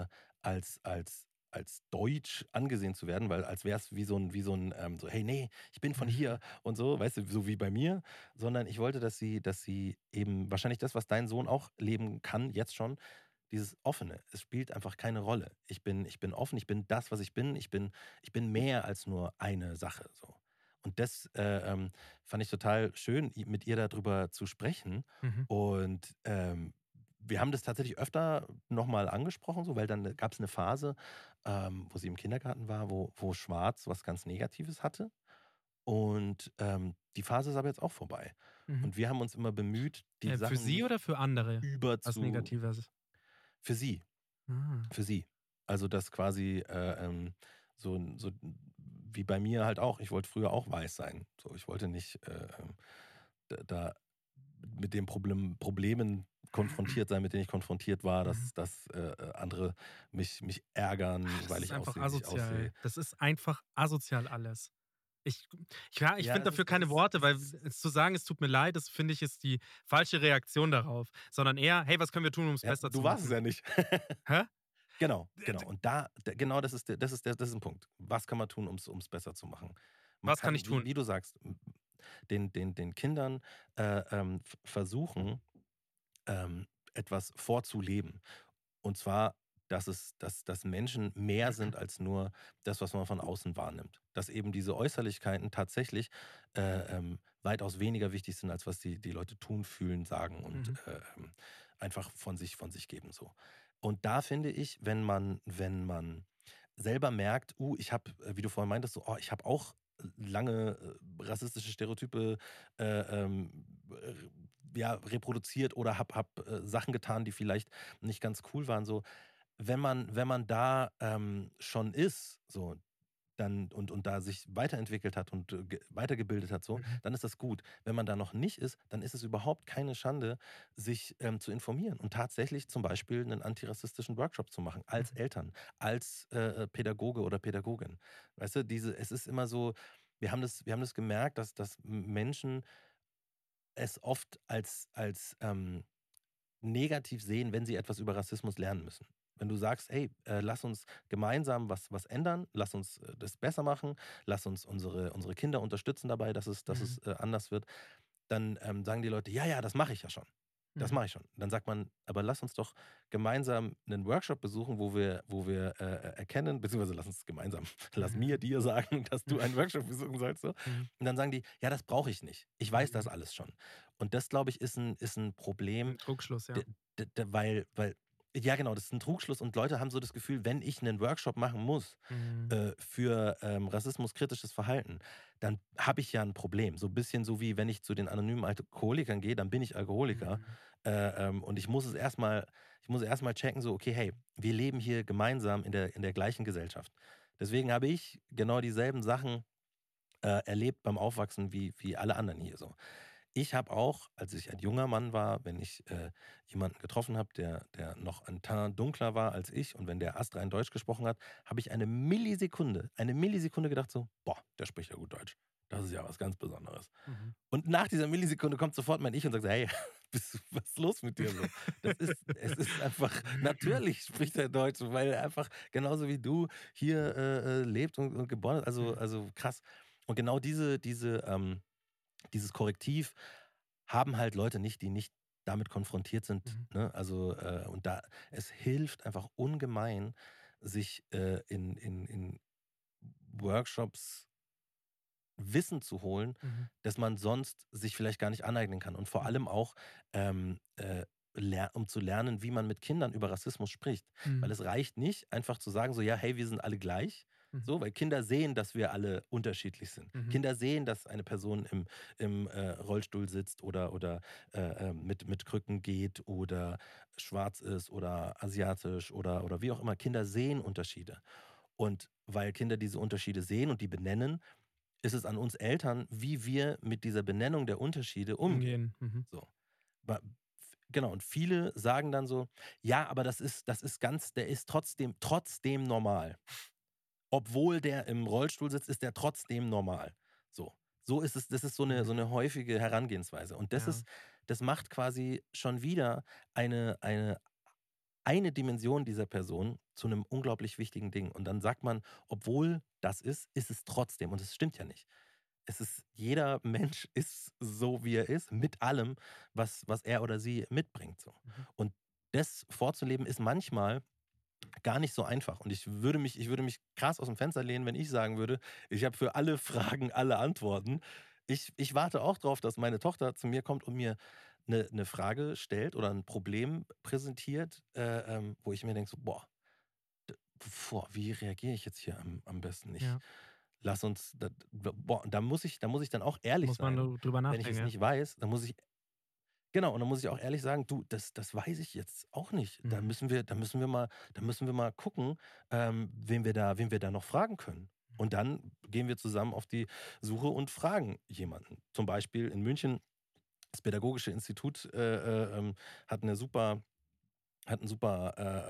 als deutsch angesehen zu werden, weil als wäre es wie so ein so, hey, nee, ich bin von hier und so, weißt du, so wie bei mir, sondern ich wollte, dass sie eben wahrscheinlich das, was dein Sohn auch leben kann, jetzt schon, dieses Offene. Es spielt einfach keine Rolle. Ich bin offen, ich bin das, was ich bin. Ich bin mehr als nur eine Sache. So. Und das fand ich total schön, mit ihr darüber zu sprechen. Und wir haben das tatsächlich öfter nochmal angesprochen, so, weil dann gab es eine Phase, wo sie im Kindergarten war, wo Schwarz was ganz Negatives hatte. Und die Phase ist aber jetzt auch vorbei. Und wir haben uns immer bemüht, die Für Sachen sie oder für andere? Was zu Negatives? für sie. Ah. Für sie. Also das quasi so wie bei mir halt auch. Ich wollte früher auch weiß sein. So, ich wollte nicht da mit den Problemen konfrontiert sein, mit denen ich konfrontiert war, dass andere mich ärgern, weil ich einfach aussehe, wie ich asozial. aussehe. Das ist einfach asozial alles. Ich Ja, finde dafür das keine ist- Worte, weil zu sagen, es tut mir leid, das finde ich ist die falsche Reaktion darauf. Sondern eher, hey, was können wir tun, um es Ja, besser zu du machen? warst es ja nicht. Hä? Genau. Und genau das ist ein Punkt. Was kann man tun, um es besser zu machen? Was kann ich tun? Wie du sagst, den Kindern versuchen, etwas vorzuleben. Und zwar, dass Menschen mehr sind als nur das, was man von außen wahrnimmt. Dass eben diese Äußerlichkeiten tatsächlich weitaus weniger wichtig sind, als was die Leute tun, fühlen, sagen und einfach von sich geben. So. Und da finde ich, wenn man selber merkt, ich habe, wie du vorhin meintest, so, ich habe auch lange rassistische Stereotype äh, ähm, ja, reproduziert oder hab Sachen getan, die vielleicht nicht ganz cool waren. So, wenn man da schon ist, so, dann und da sich weiterentwickelt hat und weitergebildet hat, so, Mhm. dann ist das gut. Wenn man da noch nicht ist, dann ist es überhaupt keine Schande, sich zu informieren und tatsächlich zum Beispiel einen antirassistischen Workshop zu machen, als Mhm. Eltern, als Pädagoge oder Pädagogin. Weißt du, es ist immer so, wir haben das gemerkt, dass Menschen es oft als negativ sehen, wenn sie etwas über Rassismus lernen müssen. Wenn du sagst, hey, lass uns gemeinsam was ändern, lass uns das besser machen, lass uns unsere Kinder unterstützen dabei, dass es Mhm. anders wird, dann sagen die Leute, ja, ja, das mache ich ja schon. Das Mhm. mache ich schon. Dann sagt man, aber lass uns doch gemeinsam einen Workshop besuchen, wo wir erkennen, beziehungsweise lass uns gemeinsam, lass mir Mhm. dir sagen, dass du einen Workshop besuchen sollst. So. Mhm. Und dann sagen die, ja, das brauche ich nicht. Ich weiß das Mhm. alles schon. Und das, glaube ich, ist ein Problem, 'N Trugschluss, ja. D weil ja genau, das ist ein Trugschluss und Leute haben so das Gefühl, wenn ich einen Workshop machen muss, Mhm. für, rassismuskritisches Verhalten, dann habe ich ja ein Problem. So ein bisschen so wie wenn ich zu den anonymen Alkoholikern gehe, dann bin ich Alkoholiker, Mhm. und ich muss erst mal checken so: „Okay, hey, wir leben hier gemeinsam in der gleichen Gesellschaft.“ Deswegen habe ich genau dieselben Sachen, erlebt beim Aufwachsen wie alle anderen hier so. Ich habe auch, als ich ein junger Mann war, wenn ich jemanden getroffen habe, der noch ein Teint dunkler war als ich und wenn der astrein Deutsch gesprochen hat, habe ich eine Millisekunde gedacht so, boah, der spricht ja gut Deutsch. Das ist ja was ganz Besonderes. Mhm. Und nach dieser Millisekunde kommt sofort mein Ich und sagt so, hey, was ist los mit dir so? Es ist einfach, natürlich spricht er Deutsch, weil er einfach genauso wie du hier lebt und geboren ist. Also, Mhm. also krass. Und genau dieses Korrektiv haben halt Leute nicht, die nicht damit konfrontiert sind. Mhm. Ne? Also, und da, es hilft einfach ungemein, sich in Workshops Wissen zu holen, Mhm. das man sonst sich vielleicht gar nicht aneignen kann. Und vor Mhm. allem auch, ähm, äh, um zu lernen, wie man mit Kindern über Rassismus spricht. Weil Mhm. es reicht nicht, einfach zu sagen, so, ja, hey, wir sind alle gleich. Mhm. So, weil Kinder sehen, dass wir alle unterschiedlich sind. Mhm. Kinder sehen, dass eine Person im Rollstuhl sitzt oder mit Krücken geht oder schwarz ist oder asiatisch oder wie auch immer. Kinder sehen Unterschiede. Und weil Kinder diese Unterschiede sehen und die benennen, ist es an uns Eltern, wie wir mit dieser Benennung der Unterschiede umgehen. Umgehen. Mhm. So. Genau, und viele sagen dann so, ja, aber das ist der ist trotzdem normal. Obwohl der im Rollstuhl sitzt, ist der trotzdem normal. So. So ist es, das ist so eine häufige Herangehensweise. Und das Ja. ist, das macht quasi schon wieder eine Dimension dieser Person zu einem unglaublich wichtigen Ding. Und dann sagt man, obwohl das ist es trotzdem. Und es stimmt ja nicht. Jeder Mensch ist so, wie er ist, mit allem, was er oder sie mitbringt. So. Mhm. Und das vorzuleben ist manchmal gar nicht so einfach. Und ich würde mich krass aus dem Fenster lehnen, wenn ich sagen würde, ich habe für alle Fragen alle Antworten. Ich warte auch darauf, dass meine Tochter zu mir kommt und mir eine Frage stellt oder ein Problem präsentiert, wo ich mir denke, so, boah, wie reagiere ich jetzt hier am besten? Ja. Lass uns, boah, da muss ich dann auch ehrlich Muss man sein. drüber Wenn ich nachdenken, es ja. nicht weiß, dann muss ich, genau, und dann muss ich auch ehrlich sagen, du, das weiß ich jetzt auch nicht. Da Mhm. müssen wir, da müssen wir mal gucken, wen wir da noch fragen können. Und dann gehen wir zusammen auf die Suche und fragen jemanden. Zum Beispiel in München, das Pädagogische Institut hat eine super hat ein super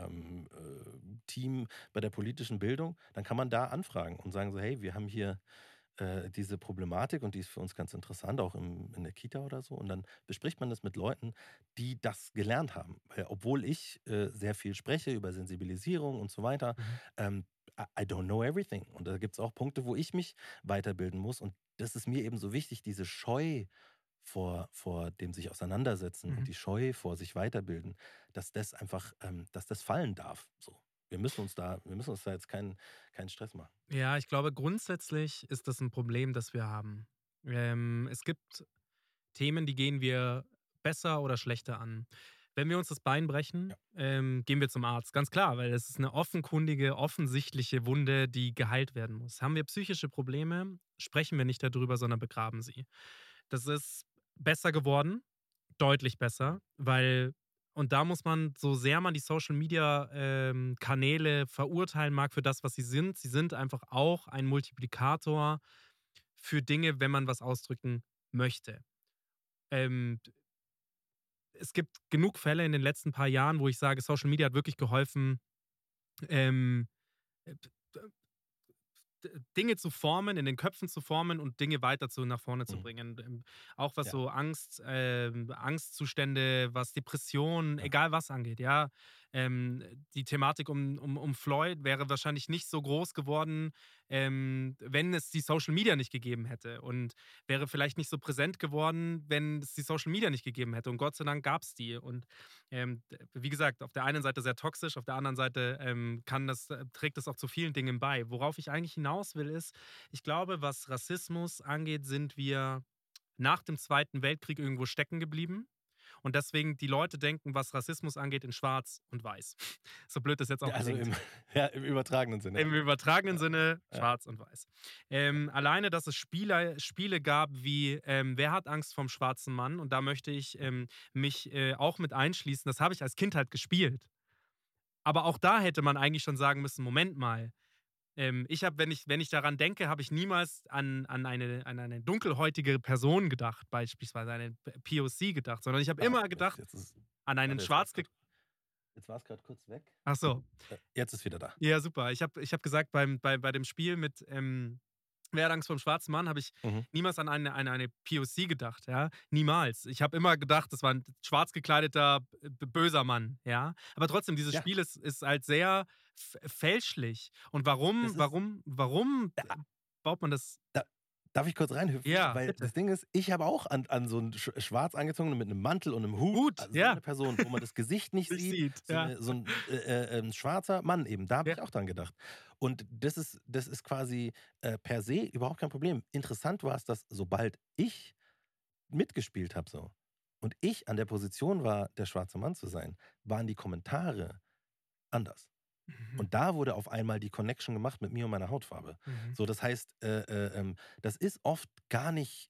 Team bei der politischen Bildung, dann kann man da anfragen und sagen so, hey, wir haben hier diese Problematik und die ist für uns ganz interessant, auch in der Kita oder so. Und dann bespricht man das mit Leuten, die das gelernt haben. Weil obwohl ich sehr viel spreche über Sensibilisierung und so weiter, Mhm. I don't know everything. Und da gibt es auch Punkte, wo ich mich weiterbilden muss. Und das ist mir eben so wichtig, diese Scheu vor dem sich auseinandersetzen und Mhm. die Scheu vor sich weiterbilden, dass das einfach, dass das fallen darf. So. Wir müssen uns da jetzt keinen Stress machen. Ja, ich glaube, grundsätzlich ist das ein Problem, das wir haben. Es gibt Themen, die gehen wir besser oder schlechter an. Wenn wir uns das Bein brechen, gehen wir zum Arzt. Ganz klar, weil es ist eine offenkundige, offensichtliche Wunde, die geheilt werden muss. Haben wir psychische Probleme, sprechen wir nicht darüber, sondern begraben sie. Das ist besser geworden, deutlich besser, weil, und da muss man, so sehr man die Social-Media-Kanäle verurteilen mag für das, was sie sind einfach auch ein Multiplikator für Dinge, wenn man was ausdrücken möchte. Ähm, Es gibt genug Fälle in den letzten paar Jahren, wo ich sage, Social Media hat wirklich geholfen, ähm, äh, Dinge zu formen, in den Köpfen zu formen und Dinge weiter nach vorne zu Mhm. bringen. Auch was Ja. so Angstzustände, was Depressionen, Ja. egal was angeht, ja. Die Thematik um Floyd wäre wahrscheinlich nicht so groß geworden, wenn es die Social Media nicht gegeben hätte. Und wäre vielleicht nicht so präsent geworden, wenn es die Social Media nicht gegeben hätte. Und Gott sei Dank gab es die. Und wie gesagt, auf der einen Seite sehr toxisch, auf der anderen Seite trägt das auch zu vielen Dingen bei. Worauf ich eigentlich hinaus will, ist, ich glaube, was Rassismus angeht, sind wir nach dem Zweiten Weltkrieg irgendwo stecken geblieben. Und deswegen die Leute denken, was Rassismus angeht, in Schwarz und Weiß. So blöd das jetzt auch Also klingt. im übertragenen Sinne. Im übertragenen Sinne Ja. Schwarz und Weiß. Alleine, dass es Spiele gab wie Wer hat Angst vom schwarzen Mann? Und da möchte ich mich auch mit einschließen. Das habe ich als Kind halt gespielt. Aber auch da hätte man eigentlich schon sagen müssen, Moment mal. Wenn ich daran denke, habe ich niemals an eine dunkelhäutige Person gedacht, beispielsweise eine POC gedacht, sondern ich habe immer gedacht an einen schwarz. Jetzt war es gerade kurz weg. Ach so. Jetzt ist wieder da. Ja, super. Ich hab gesagt, bei dem Spiel mit Wer hat Angst vom schwarzen Mann, habe ich niemals an eine POC gedacht, ja. Niemals. Ich habe immer gedacht, das war ein schwarz gekleideter, böser Mann, ja. Aber trotzdem, dieses Spiel ist halt sehr fälschlich. Und warum baut man das? Darf ich kurz reinhüpfen? Ja, Weil bitte. das Ding ist, ich habe auch an so einen schwarz angezogenen mit einem Mantel und einem Hut, also so eine Person, wo man das Gesicht nicht sieht. So ein schwarzer Mann eben. Da habe ich auch dran gedacht. Und das ist quasi per se überhaupt kein Problem. Interessant war es, dass sobald ich mitgespielt habe so und ich an der Position war, der schwarze Mann zu sein, waren die Kommentare anders. Und da wurde auf einmal die Connection gemacht mit mir und meiner Hautfarbe. So, das heißt, das ist oft gar nicht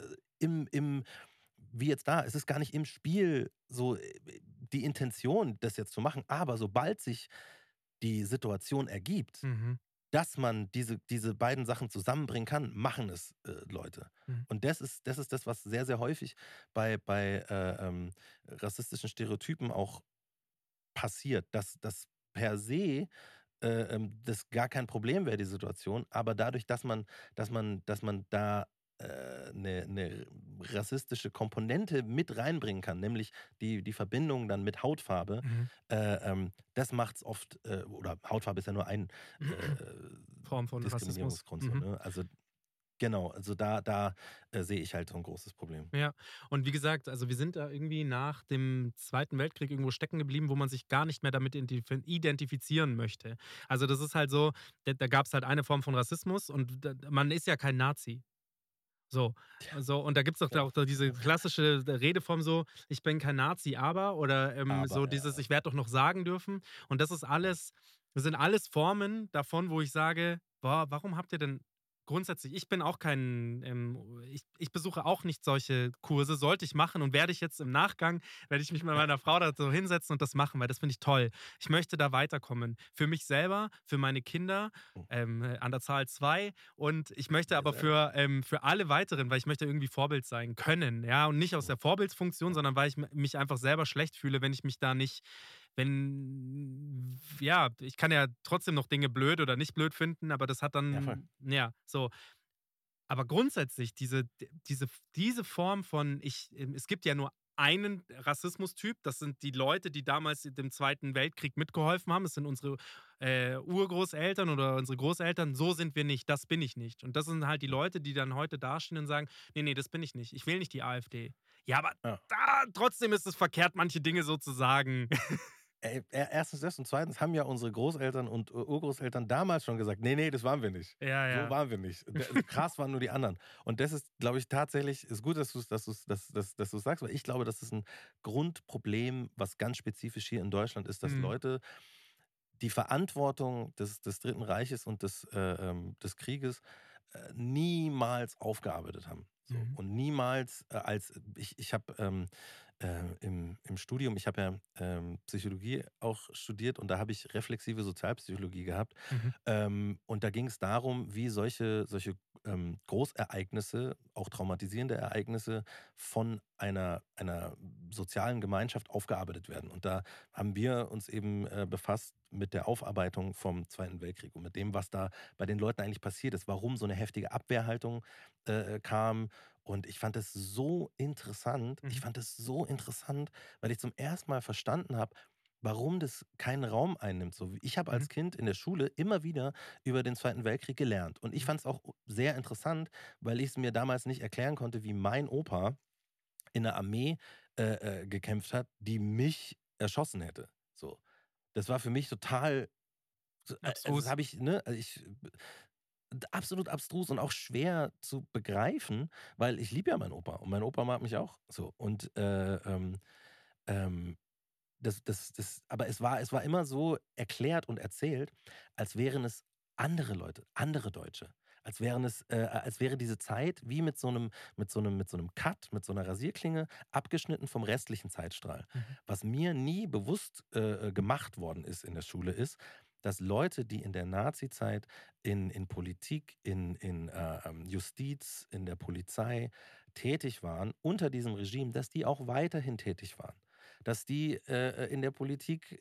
wie jetzt da, es ist gar nicht im Spiel so die Intention, das jetzt zu machen, aber sobald sich die Situation ergibt, dass man diese beiden Sachen zusammenbringen kann, machen es Leute. Und das ist das, was sehr, sehr häufig bei rassistischen Stereotypen auch passiert, dass per se das gar kein Problem wäre, die Situation, aber dadurch, dass man da eine rassistische Komponente mit reinbringen kann, nämlich die Verbindung dann mit Hautfarbe, das macht es oft, oder Hautfarbe ist ja nur ein Form von Diskriminierungsgrund. So, ne? Also genau, also da sehe ich halt so ein großes Problem. Ja, und wie gesagt, also wir sind da irgendwie nach dem Zweiten Weltkrieg irgendwo stecken geblieben, wo man sich gar nicht mehr damit identifizieren möchte. Also das ist halt so, da gab es halt eine Form von Rassismus und man ist ja kein Nazi. So, und da gibt es doch auch diese klassische Redeform so, ich bin kein Nazi, oder so dieses, ich werde doch noch sagen dürfen. Und das sind alles Formen davon, wo ich sage, boah, warum habt ihr denn grundsätzlich, ich bin auch ich besuche auch nicht solche Kurse, sollte ich machen und werde ich jetzt im Nachgang, werde ich mich mit meiner Frau da so hinsetzen und das machen, weil das finde ich toll. Ich möchte da weiterkommen. Für mich selber, für meine Kinder, an der Zahl 2 und ich möchte aber für alle weiteren, weil ich möchte irgendwie Vorbild sein können, ja, und nicht aus der Vorbildsfunktion, sondern weil ich mich einfach selber schlecht fühle, wenn ich mich da nicht, ich kann ja trotzdem noch Dinge blöd oder nicht blöd finden, aber das hat dann, so. Aber grundsätzlich, diese Form von, es gibt ja nur einen Rassismustyp, das sind die Leute, die damals im Zweiten Weltkrieg mitgeholfen haben, das sind unsere Urgroßeltern oder unsere Großeltern, so sind wir nicht, das bin ich nicht. Und das sind halt die Leute, die dann heute dastehen und sagen, nee, das bin ich nicht, ich will nicht die AfD. Ja, aber trotzdem ist es verkehrt, manche Dinge so zu sagen. Erstens das und zweitens haben ja unsere Großeltern und Urgroßeltern damals schon gesagt, nee, das waren wir nicht. Ja, So ja. waren wir nicht. Krass waren nur die anderen. Und das ist, glaube ich, tatsächlich, ist gut, dass du es sagst, weil ich glaube, das ist ein Grundproblem, was ganz spezifisch hier in Deutschland ist, dass Mhm. Leute die Verantwortung des Dritten Reiches und des Krieges niemals aufgearbeitet haben. So. Mhm. Und niemals ich habe im Studium, ich habe ja Psychologie auch studiert und da habe ich reflexive Sozialpsychologie gehabt. Mhm. Und da ging es darum, wie solche Großereignisse, auch traumatisierende Ereignisse von einer sozialen Gemeinschaft aufgearbeitet werden. Und da haben wir uns eben befasst mit der Aufarbeitung vom Zweiten Weltkrieg und mit dem, was da bei den Leuten eigentlich passiert ist, warum so eine heftige Abwehrhaltung kam. Und ich fand es so interessant. Ich Mhm. fand es so interessant, weil ich zum ersten Mal verstanden habe, warum das keinen Raum einnimmt. So, ich habe Mhm. als Kind in der Schule immer wieder über den Zweiten Weltkrieg gelernt. Und ich Mhm. fand es auch sehr interessant, weil ich es mir damals nicht erklären konnte, wie mein Opa in der Armee gekämpft hat, die mich erschossen hätte. So. Das war für mich total, also das Abstrus. habe ich, ne, absolut abstrus und auch schwer zu begreifen, weil ich liebe ja meinen Opa und mein Opa mag mich auch so. Und ähm, aber es war immer so erklärt und erzählt, als wären es andere Leute, andere Deutsche. Als wäre diese Zeit wie mit so einem Cut, mit so einer Rasierklinge, abgeschnitten vom restlichen Zeitstrahl. Mhm. Was mir nie bewusst gemacht worden ist in der Schule, ist, dass Leute, die in der Nazi-Zeit in Politik, in Justiz, in der Polizei tätig waren, unter diesem Regime, dass die auch weiterhin tätig waren. Dass die in der Politik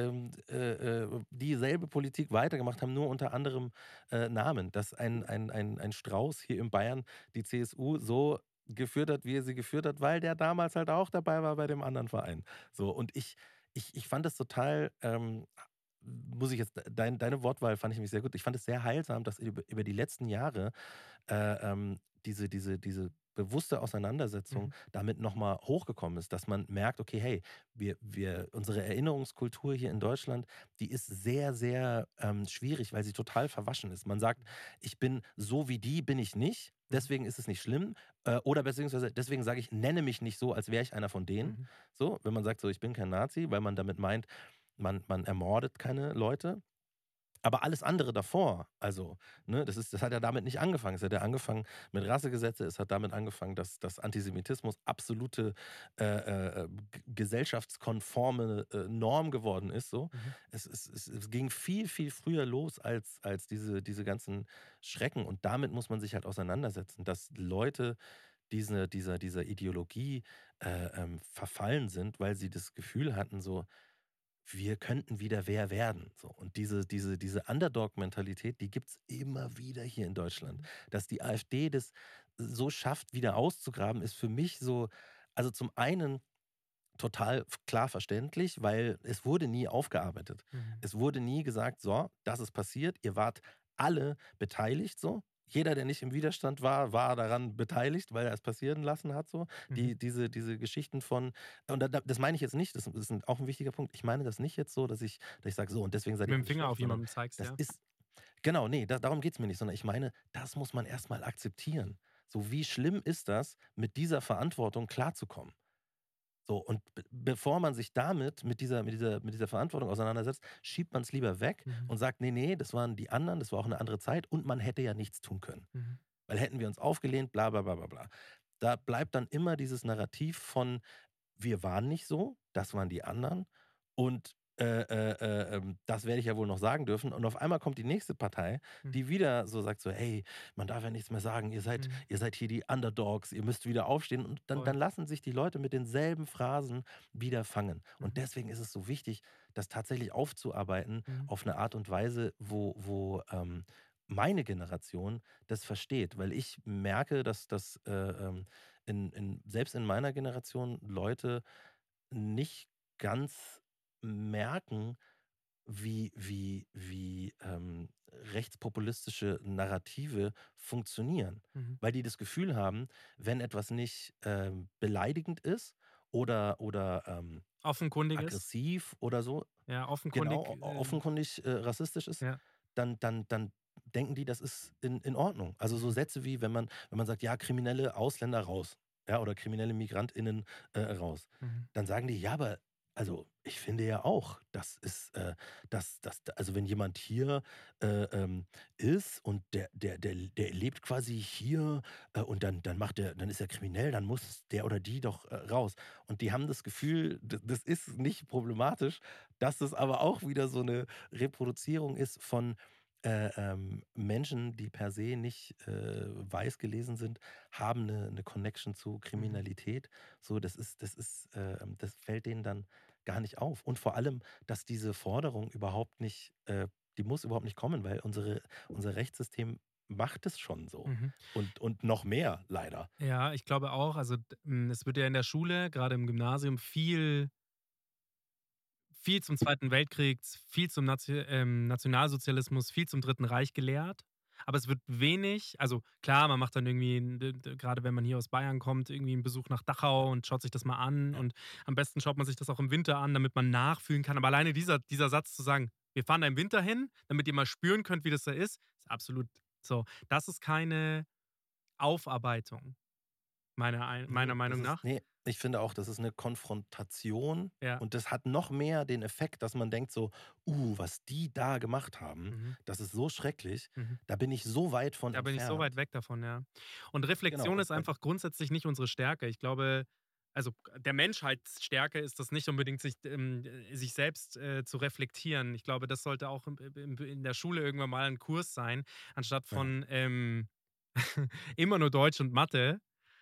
dieselbe Politik weitergemacht haben, nur unter anderem Namen. Dass ein Strauß hier in Bayern die CSU so geführt hat, wie er sie geführt hat, weil der damals halt auch dabei war bei dem anderen Verein. So, und ich fand das total, muss ich jetzt, deine Wortwahl fand ich mich sehr gut. Ich fand es sehr heilsam, dass über die letzten Jahre diese bewusste Auseinandersetzung Mhm. damit nochmal hochgekommen ist, dass man merkt, okay, hey, unsere Erinnerungskultur hier in Deutschland, die ist sehr, sehr schwierig, weil sie total verwaschen ist. Man sagt, ich bin so wie die, bin ich nicht, Mhm. deswegen ist es nicht schlimm. Oder beziehungsweise deswegen sage ich, nenne mich nicht so, als wäre ich einer von denen. Mhm. So, wenn man sagt, so, ich bin kein Nazi, weil man damit meint, man ermordet keine Leute. Aber alles andere davor, also, ne, das hat ja damit nicht angefangen. Es hat ja angefangen mit Rassegesetze, es hat damit angefangen, dass Antisemitismus absolute gesellschaftskonforme Norm geworden ist. So. Mhm. Es ging viel, viel früher los als diese ganzen Schrecken. Und damit muss man sich halt auseinandersetzen, dass Leute dieser Ideologie verfallen sind, weil sie das Gefühl hatten, so, wir könnten wieder wer werden. So. Und diese Underdog-Mentalität, die gibt es immer wieder hier in Deutschland. Dass die AfD das so schafft, wieder auszugraben, ist für mich so, also zum einen total klar verständlich, weil es wurde nie aufgearbeitet. Mhm. Es wurde nie gesagt, so, das ist passiert, ihr wart alle beteiligt, so. Jeder, der nicht im Widerstand war daran beteiligt, weil er es passieren lassen hat, so. Mhm. Diese Geschichten von, und das meine ich jetzt nicht, das ist auch ein wichtiger Punkt. Ich meine das nicht jetzt so, dass ich sage, so, und deswegen seid Mit ihr dem alle Finger schlecht, auf sondern jemanden zeigst, das ja. ist, genau, nee, darum geht es mir nicht, sondern ich meine, das muss man erstmal akzeptieren. So, wie schlimm ist das, mit dieser Verantwortung klarzukommen? So, und bevor man sich mit dieser Verantwortung auseinandersetzt, schiebt man es lieber weg Mhm. und sagt, nee, das waren die anderen, das war auch eine andere Zeit und man hätte ja nichts tun können. Mhm. Weil hätten wir uns aufgelehnt, bla bla bla bla bla. Da bleibt dann immer dieses Narrativ von, wir waren nicht so, das waren die anderen und das werde ich ja wohl noch sagen dürfen. Und auf einmal kommt die nächste Partei, Mhm. die wieder so sagt so, hey, man darf ja nichts mehr sagen, ihr seid hier die Underdogs, ihr müsst wieder aufstehen. Und dann Voll. lassen sich die Leute mit denselben Phrasen wieder fangen. Und Mhm. deswegen ist es so wichtig, das tatsächlich aufzuarbeiten Mhm. auf eine Art und Weise, wo meine Generation das versteht. Weil ich merke, dass das selbst in meiner Generation Leute nicht ganz merken, wie rechtspopulistische Narrative funktionieren. Mhm. Weil die das Gefühl haben, wenn etwas nicht beleidigend ist oder offenkundig ist. aggressiv oder so, Ja, offenkundig. genau, offenkundig rassistisch ist, Ja. dann denken die, das ist in Ordnung. Also so Sätze wie, wenn man sagt, ja, kriminelle Ausländer raus, ja, oder kriminelle MigrantInnen raus, Mhm. dann sagen die, ja, aber also ich finde ja auch, das ist, also wenn jemand hier ist und der lebt quasi hier und dann ist er kriminell, dann muss der oder die doch raus. Und die haben das Gefühl, das ist nicht problematisch, dass es aber auch wieder so eine Reproduzierung ist von Menschen, die per se nicht weiß gelesen sind, haben eine Connection zu Kriminalität. So, das fällt denen dann gar nicht auf. Und vor allem, dass diese Forderung überhaupt nicht, die muss überhaupt nicht kommen, weil unser Rechtssystem macht es schon so. Mhm. Und noch mehr, leider. Ja, ich glaube auch. Also es wird ja in der Schule, gerade im Gymnasium, viel zum Zweiten Weltkrieg, viel zum Nationalsozialismus, viel zum Dritten Reich gelehrt. Aber es wird wenig, also klar, man macht dann irgendwie, gerade wenn man hier aus Bayern kommt, irgendwie einen Besuch nach Dachau und schaut sich das mal an. Ja. Und am besten schaut man sich das auch im Winter an, damit man nachfühlen kann. Aber alleine dieser Satz zu sagen, wir fahren da im Winter hin, damit ihr mal spüren könnt, wie das da ist absolut so. Das ist keine Aufarbeitung, meiner Nee, Meinung nach. ich finde auch, das ist eine Konfrontation Ja. und das hat noch mehr den Effekt, dass man denkt so, was die da gemacht haben, Mhm. das ist so schrecklich, Mhm. da bin ich so weit von Da bin ich so weit entfernt. weg davon, ja. Und Reflexion Genau, ist einfach grundsätzlich nicht unsere Stärke. Ich glaube, also der Menschheitsstärke ist das nicht unbedingt, sich selbst zu reflektieren. Ich glaube, das sollte auch in der Schule irgendwann mal ein Kurs sein, anstatt ja. von immer nur Deutsch und Mathe.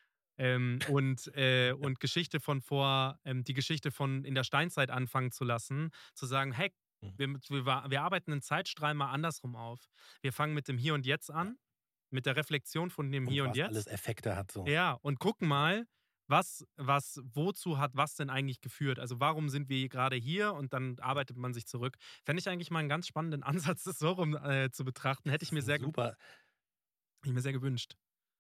Und Geschichte von die Geschichte von in der Steinzeit anfangen zu lassen, zu sagen, hey, Mhm. wir arbeiten einen Zeitstrahl mal andersrum auf. Wir fangen mit dem Hier und Jetzt Ja. an, mit der Reflexion von dem Und Hier und was alles Jetzt. Effekte hat so. Ja, und gucken mal, wozu hat was denn eigentlich geführt? Also warum sind wir gerade hier? Und dann arbeitet man sich zurück. Fände ich eigentlich mal einen ganz spannenden Ansatz, das so rum zu betrachten. Das ist ein super, Hätte ich mir sehr gewünscht.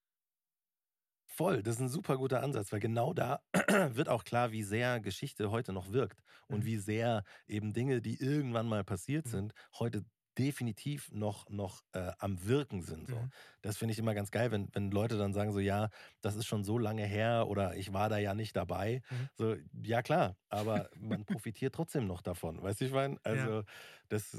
das ist ein super guter Ansatz, weil genau da wird auch klar, wie sehr Geschichte heute noch wirkt und Mhm. wie sehr eben Dinge, die irgendwann mal passiert Mhm. sind, heute definitiv noch am Wirken sind. So. Mhm. Das finde ich immer ganz geil, wenn Leute dann sagen so, ja, das ist schon so lange her oder ich war da ja nicht dabei. Mhm. So, ja klar, aber man profitiert trotzdem noch davon. Weißt du, ich meine? Ja. Also das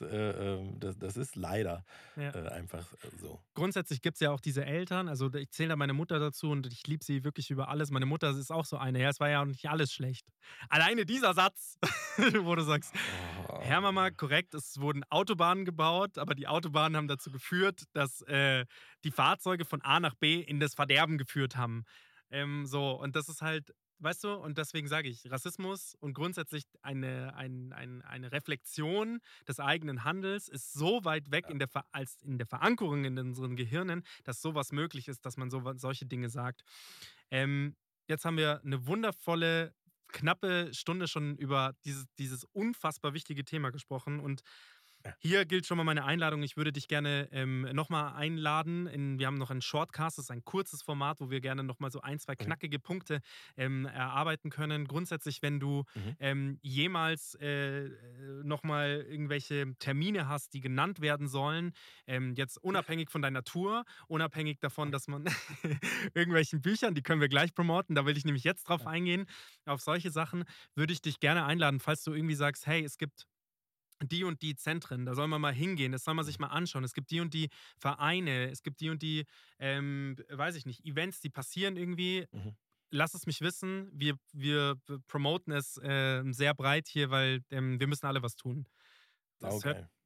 ist leider Ja. einfach so. Grundsätzlich gibt es ja auch diese Eltern, also ich zähle da meine Mutter dazu und ich liebe sie wirklich über alles. Meine Mutter ist auch so eine, ja, es war ja auch nicht alles schlecht. Alleine dieser Satz, wo du sagst, Herr Mama, korrekt, es wurden Autobahnen gebaut, aber die Autobahnen haben dazu geführt, dass die Fahrzeuge von A nach B in das Verderben geführt haben. So, und das ist halt, weißt du, und deswegen sage ich, Rassismus und grundsätzlich eine Reflexion des eigenen Handels ist so weit weg als in der Verankerung in unseren Gehirnen, dass sowas möglich ist, dass man solche Dinge sagt. Jetzt haben wir eine wundervolle, knappe Stunde schon über dieses unfassbar wichtige Thema gesprochen und hier gilt schon mal meine Einladung. Ich würde dich gerne nochmal einladen. Wir haben noch einen Shortcast, das ist ein kurzes Format, wo wir gerne nochmal so 1, 2 knackige Punkte erarbeiten können. Grundsätzlich, wenn du jemals nochmal irgendwelche Termine hast, die genannt werden sollen, jetzt unabhängig von deiner Tour, unabhängig davon, dass man irgendwelchen Büchern, die können wir gleich promoten, da will ich nämlich jetzt drauf eingehen, auf solche Sachen, würde ich dich gerne einladen, falls du irgendwie sagst, hey, es gibt die und die Zentren, da soll man mal hingehen, das soll man sich mal anschauen. Es gibt die und die Vereine, es gibt die und die, weiß ich nicht, Events, die passieren irgendwie. Mhm. Lass es mich wissen. Wir promoten es sehr breit hier, weil wir müssen alle was tun. Das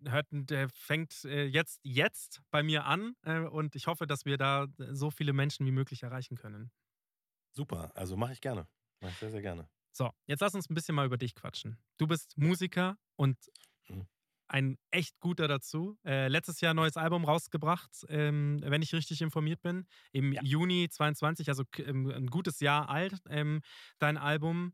fängt jetzt bei mir an und ich hoffe, dass wir da so viele Menschen wie möglich erreichen können. Super, also mache ich gerne. Mache ich sehr, sehr gerne. So, jetzt lass uns ein bisschen mal über dich quatschen. Du bist Musiker und ein echt guter dazu. Letztes Jahr ein neues Album rausgebracht, wenn ich richtig informiert bin. Im Juni 22, also ein gutes Jahr alt, dein Album.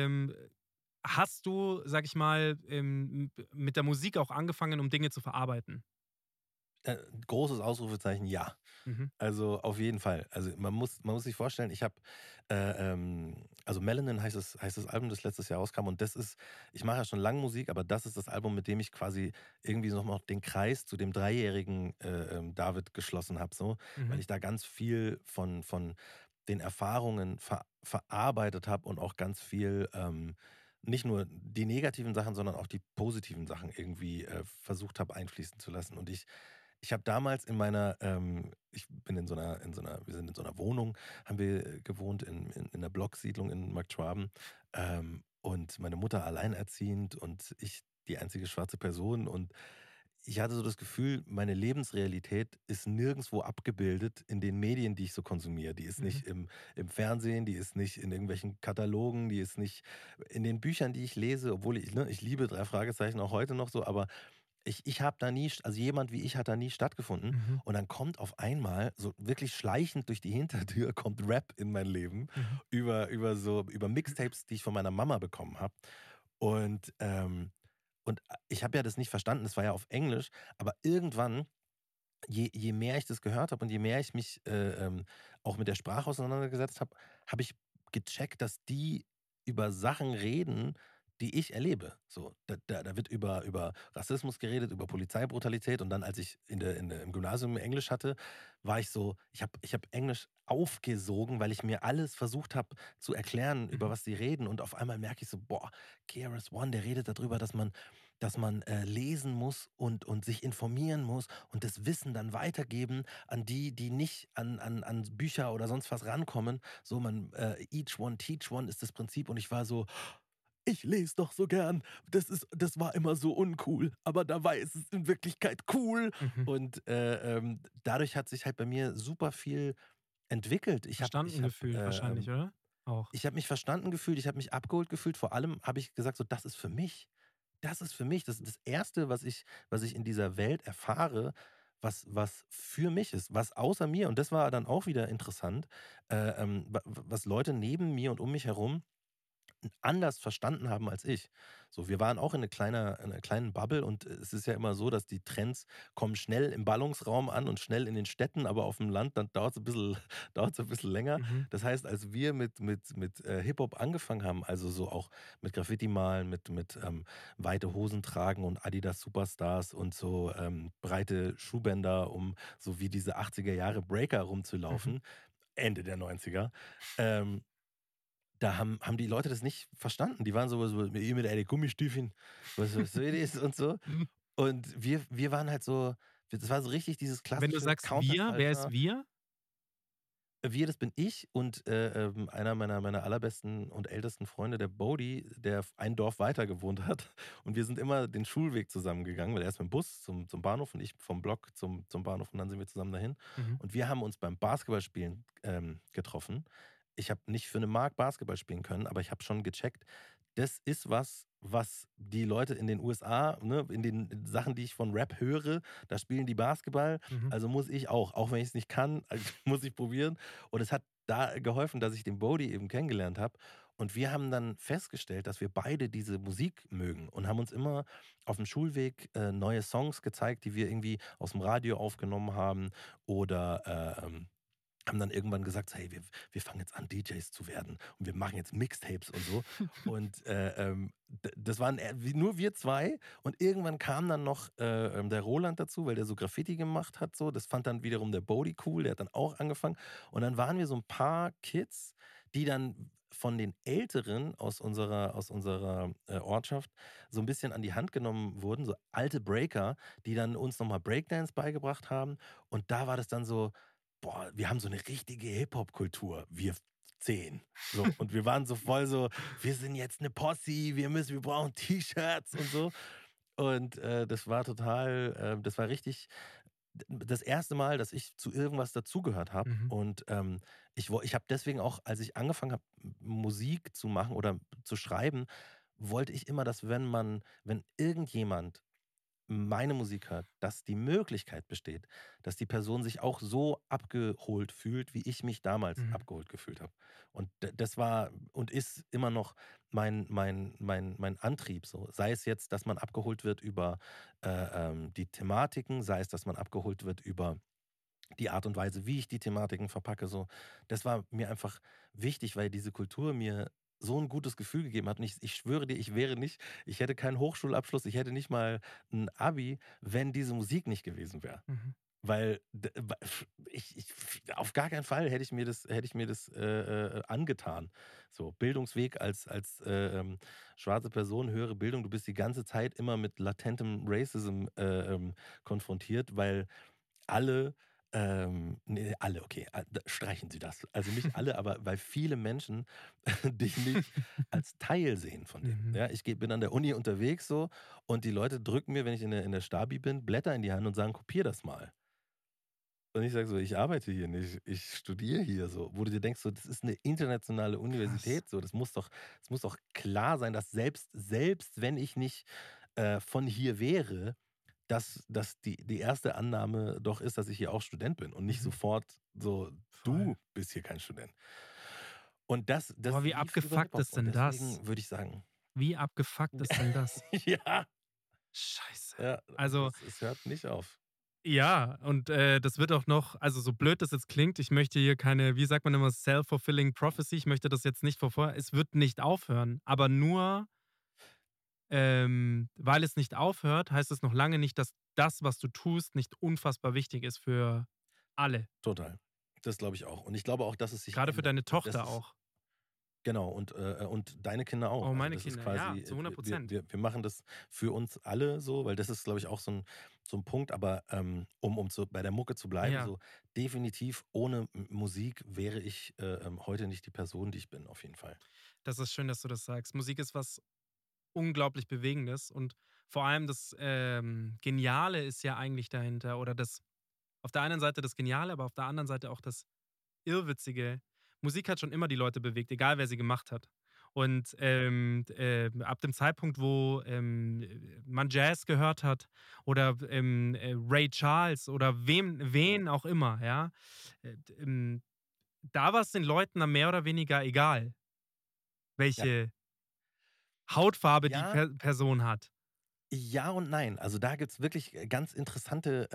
Hast du, sag ich mal, mit der Musik auch angefangen, um Dinge zu verarbeiten? Großes Ausrufezeichen, ja. Mhm. Also auf jeden Fall. Also man muss sich vorstellen, ich habe, also Melanin heißt das Album, das letztes Jahr rauskam. Und ich mache ja schon lange Musik, aber das ist das Album, mit dem ich quasi irgendwie nochmal den Kreis zu dem dreijährigen David geschlossen habe. So, weil Mhm. ich da ganz viel von den Erfahrungen verarbeitet habe und auch ganz viel, nicht nur die negativen Sachen, sondern auch die positiven Sachen irgendwie versucht habe einfließen zu lassen. Und ich habe damals ich bin wir sind in so einer Wohnung, haben wir gewohnt in einer Blocksiedlung in Marktschwaben. Und meine Mutter alleinerziehend und ich die einzige schwarze Person. Und ich hatte so das Gefühl, meine Lebensrealität ist nirgendwo abgebildet in den Medien, die ich so konsumiere. Die ist Mhm. nicht im Fernsehen, die ist nicht in irgendwelchen Katalogen, die ist nicht in den Büchern, die ich lese, obwohl ich liebe drei Fragezeichen auch heute noch so, aber ich habe da nie, also jemand wie ich hat da nie stattgefunden. Mhm. Und dann kommt auf einmal, so wirklich schleichend durch die Hintertür, kommt Rap in mein Leben Mhm. über Mixtapes, die ich von meiner Mama bekommen habe. Und ich habe ja das nicht verstanden, das war ja auf Englisch, aber irgendwann, je mehr ich das gehört habe und je mehr ich mich auch mit der Sprache auseinandergesetzt habe, habe ich gecheckt, dass die über Sachen reden, die ich erlebe. So, da wird über Rassismus geredet, über Polizeibrutalität. Und dann, als ich im Gymnasium Englisch hatte, war ich so, ich hab Englisch aufgesogen, weil ich mir alles versucht habe zu erklären, über Mhm. was sie reden. Und auf einmal merke ich so, boah, KRS-One, der redet darüber, dass man lesen muss und sich informieren muss und das Wissen dann weitergeben an die, die nicht an Bücher oder sonst was rankommen. So, each one, teach one ist das Prinzip. Und ich war so, ich lese doch so gern. Das war immer so uncool, aber dabei ist es in Wirklichkeit cool. Mhm. Und dadurch hat sich halt bei mir super viel entwickelt. Verstanden gefühlt wahrscheinlich, oder? Auch. Ich habe mich verstanden gefühlt, ich habe mich abgeholt gefühlt. Vor allem habe ich gesagt, so, das ist für mich. Das ist für mich. Das ist das Erste, was ich in dieser Welt erfahre, was für mich ist, was außer mir, und das war dann auch wieder interessant, was Leute neben mir und um mich herum anders verstanden haben als ich. So, wir waren auch in 'ner kleinen Bubble, und es ist ja immer so, dass die Trends kommen schnell im Ballungsraum an und schnell in den Städten, aber auf dem Land, dann dauert's 'n bisschen dauert's 'n bisschen länger. Mhm. Das heißt, als wir mit Hip-Hop angefangen haben, also so auch mit Graffiti malen, mit weite Hosen tragen und Adidas Superstars und so, breite Schuhbänder, um so wie diese 80er Jahre Breaker Mhm. rumzulaufen, Ende der 90er, ähm da haben die Leute das nicht verstanden. Die waren so: „Ihr mit euren Gummistiefeln, was soll das?" und so. Und wir waren halt so, das war so richtig dieses Wenn du klassische sagst wir, wer ist Counterculture. wir? Wir, das bin ich und einer meiner allerbesten und ältesten Freunde, der Bodie, der ein Dorf weiter gewohnt hat. Und wir sind immer den Schulweg zusammengegangen, weil er ist mit dem Bus zum Bahnhof und ich vom Block zum Bahnhof, und dann sind wir zusammen dahin. Mhm. Und wir haben uns beim Basketballspielen getroffen. Ich habe nicht für eine Mark Basketball spielen können, aber ich habe schon gecheckt, das ist was die Leute in den USA, ne, in den Sachen, die ich von Rap höre, da spielen die Basketball, Mhm. also muss ich auch wenn ich es nicht kann, also muss ich probieren. Und es hat da geholfen, dass ich den Bodie eben kennengelernt habe. Und wir haben dann festgestellt, dass wir beide diese Musik mögen und haben uns immer auf dem Schulweg neue Songs gezeigt, die wir irgendwie aus dem Radio aufgenommen haben, oder haben dann irgendwann gesagt, so, hey, wir fangen jetzt an, DJs zu werden und wir machen jetzt Mixtapes und so. Und das waren nur wir zwei, und irgendwann kam dann noch der Roland dazu, weil der so Graffiti gemacht hat. So. Das fand dann wiederum der Bodie cool, der hat dann auch angefangen. Und dann waren wir so ein paar Kids, die dann von den Älteren aus unserer Ortschaft so ein bisschen an die Hand genommen wurden, so alte Breaker, die dann uns nochmal Breakdance beigebracht haben. Und da war das dann so, boah, wir haben so eine richtige Hip-Hop-Kultur, wir 10. So, und wir waren so voll so, wir sind jetzt eine Posse, wir brauchen T-Shirts und so. Und das war richtig das erste Mal, dass ich zu irgendwas dazugehört habe. Mhm. Und ich habe deswegen auch, als ich angefangen habe, Musik zu machen oder zu schreiben, wollte ich immer, dass wenn irgendjemand meine Musik hört, dass die Möglichkeit besteht, dass die Person sich auch so abgeholt fühlt, wie ich mich damals Mhm. abgeholt gefühlt habe. Und das war und ist immer noch mein Antrieb so. Sei es jetzt, dass man abgeholt wird über die Thematiken, sei es, dass man abgeholt wird über die Art und Weise, wie ich die Thematiken verpacke, so. Das war mir einfach wichtig, weil diese Kultur mir so ein gutes Gefühl gegeben hat. Und ich schwöre dir, ich hätte keinen Hochschulabschluss, ich hätte nicht mal ein Abi, wenn diese Musik nicht gewesen wäre. Mhm. Weil ich auf gar keinen Fall hätte ich mir das angetan. So, Bildungsweg als schwarze Person, höhere Bildung, du bist die ganze Zeit immer mit latentem Racism konfrontiert, weil alle, ne, alle, okay, streichen Sie das. Also nicht alle, aber weil viele Menschen dich nicht als Teil sehen von dem. Mhm. Ja, bin an der Uni unterwegs so und die Leute drücken mir, wenn ich in der Stabi bin, Blätter in die Hand und sagen, kopier das mal. Und ich sage so, ich arbeite hier nicht, ich studiere hier so. Wo du dir denkst, so, das ist eine internationale Krass. Universität, so, das muss doch klar sein, dass selbst wenn ich nicht von hier wäre, dass die erste Annahme doch ist, dass ich hier auch Student bin und nicht Mhm. sofort so, Voll. du bist hier kein Student. Und das Aber wie lief über abgefuckt Hip-Hop ist und denn das? deswegen würde ich sagen, Wie abgefuckt ist denn das? ja, Scheiße. ja, Also, es hört nicht auf. ja, und das wird auch noch, also so blöd das jetzt klingt, ich möchte hier keine, wie sagt man immer, self-fulfilling prophecy, ich möchte das jetzt nicht es wird nicht aufhören, aber nur, weil es nicht aufhört, heißt es noch lange nicht, dass das, was du tust, nicht unfassbar wichtig ist für alle. Total. Das glaube ich auch. Und ich glaube auch, dass es sich Gerade für ändert. deine Und das Tochter ist, auch. genau, und deine Kinder auch. Oh, Also meine das ist Kinder, ja, quasi, zu wir, 100%. wir, wir machen das für uns alle so, weil das ist, glaube ich, auch so ein Punkt, aber bei der Mucke zu bleiben, Ja, so definitiv ohne Musik wäre ich heute nicht die Person, die ich bin, auf jeden Fall. das ist schön, dass du das sagst. Musik ist was unglaublich Bewegendes und vor allem das Geniale ist ja eigentlich dahinter oder das auf der einen Seite das Geniale, aber auf der anderen Seite auch das Irrwitzige. Musik hat schon immer die Leute bewegt, egal wer sie gemacht hat. Und ab dem Zeitpunkt, wo man Jazz gehört hat oder Ray Charles oder wen auch immer, ja, da war es den Leuten dann mehr oder weniger egal, Ja. welche Hautfarbe die Ja, Person hat. ja und nein. Also da gibt es wirklich ganz interessante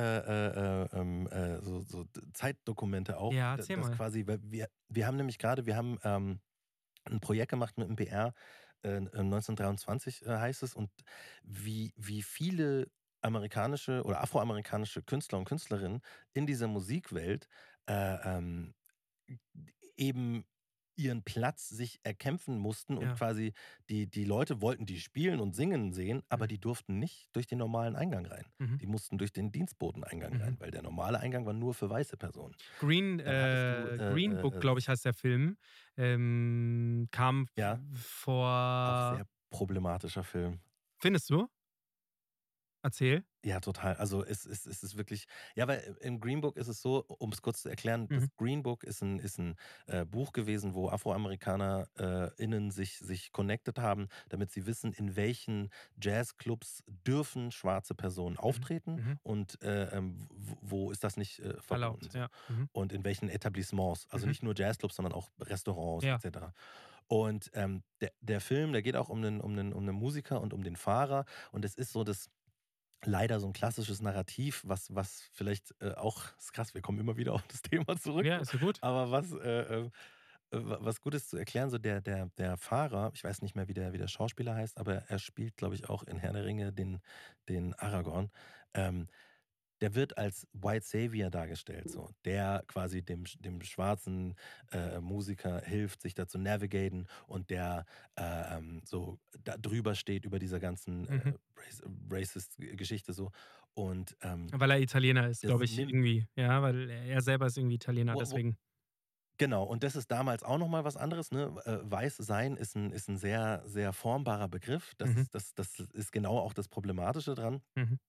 Zeitdokumente auch, Ja, erzähl dass mal. quasi, weil wir haben nämlich gerade, wir haben ein Projekt gemacht mit dem BR, 1923 heißt es, und wie viele amerikanische oder afroamerikanische Künstler und Künstlerinnen in dieser Musikwelt ähm, eben ihren Platz sich erkämpfen mussten und Ja. quasi die Leute wollten die spielen und singen sehen, aber Mhm. die durften nicht durch den normalen Eingang rein. Mhm. Die mussten durch den Dienstboteneingang Mhm. rein, weil der normale Eingang war nur für weiße Personen. Green, Dann hattest du Green Book, glaube ich, heißt der Film. Kam ja, auch vor. sehr problematischer Film. Findest du? Erzähl. Ja, total. Also es ist wirklich, ja, weil im Green Book ist es so, um es kurz zu erklären, Mhm. das Green Book ist ein Buch gewesen, wo Afroamerikaner innen sich connected haben, damit sie wissen, in welchen Jazzclubs dürfen schwarze Personen auftreten Mhm. und wo ist das nicht verboten. Erlaubt, So. ja. Mhm. Und in welchen Etablissements, also Mhm. nicht nur Jazzclubs, sondern auch Restaurants Ja. etc. Und der Film, der geht auch um einen Musiker und um den Fahrer und es ist so das leider so ein klassisches Narrativ, was vielleicht auch, ist krass, wir kommen immer wieder auf das Thema zurück, Ja, ist ja gut. aber was gut ist zu erklären, so der Fahrer, ich weiß nicht mehr, wie der Schauspieler heißt, aber er spielt, glaube ich, auch in Herr der Ringe den Aragorn. Ähm, Der wird als White Savior dargestellt, so, der quasi dem schwarzen Musiker hilft, sich da zu navigaten und der so da drüber steht über dieser ganzen Mhm. Racist-Geschichte so. Und Weil er Italiener ist, das glaube ich, nimmt, irgendwie. Ja, weil er selber ist irgendwie Italiener, deswegen. genau, und das ist damals auch nochmal was anderes. Ne? Weiß sein ist ein sehr, sehr formbarer Begriff. Das Mhm. ist, das ist genau auch das Problematische dran. Mhm.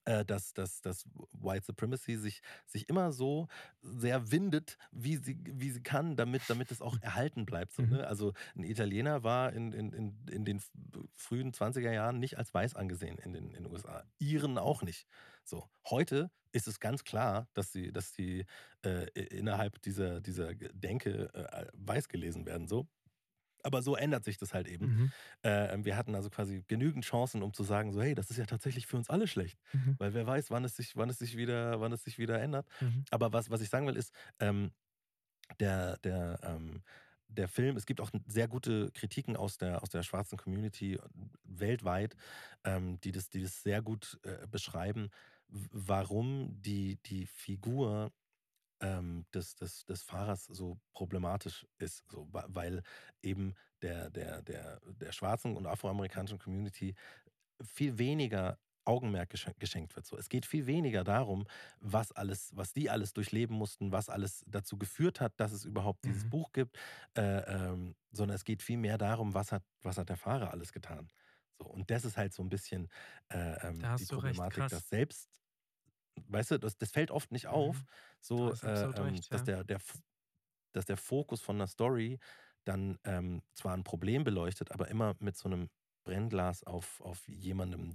dass White Supremacy sich immer so sehr windet, wie sie kann, damit es auch erhalten bleibt. So, ne? Also ein Italiener war in den frühen 20er Jahren nicht als weiß angesehen in den USA. Iren auch nicht. So, heute ist es ganz klar, dass sie innerhalb dieser Denke weiß gelesen werden. So. Aber so ändert sich das halt eben. Mhm. Wir hatten also quasi genügend Chancen, um zu sagen, so, hey, das ist ja tatsächlich für uns alle schlecht. Mhm. Weil wer weiß, wann es sich wieder ändert. Mhm. Aber was ich sagen will, ist, der Film, es gibt auch sehr gute Kritiken aus der schwarzen Community weltweit, die das sehr gut beschreiben, warum die Figur des Fahrers so problematisch ist. So, weil eben der schwarzen und afroamerikanischen Community viel weniger Augenmerk geschenkt wird. So, es geht viel weniger darum, was die alles durchleben mussten, was alles dazu geführt hat, dass es überhaupt dieses Mhm. Buch gibt, sondern es geht viel mehr darum, was hat der Fahrer alles getan. So, und das ist halt so ein bisschen Da die hast du recht, Problematik, krass. dass selbst, weißt du, das fällt oft nicht auf, Mhm. Du so, hast absolut recht, dass ja. dass der Fokus von der Story dann zwar ein Problem beleuchtet, aber immer mit so einem Brennglas auf jemandem,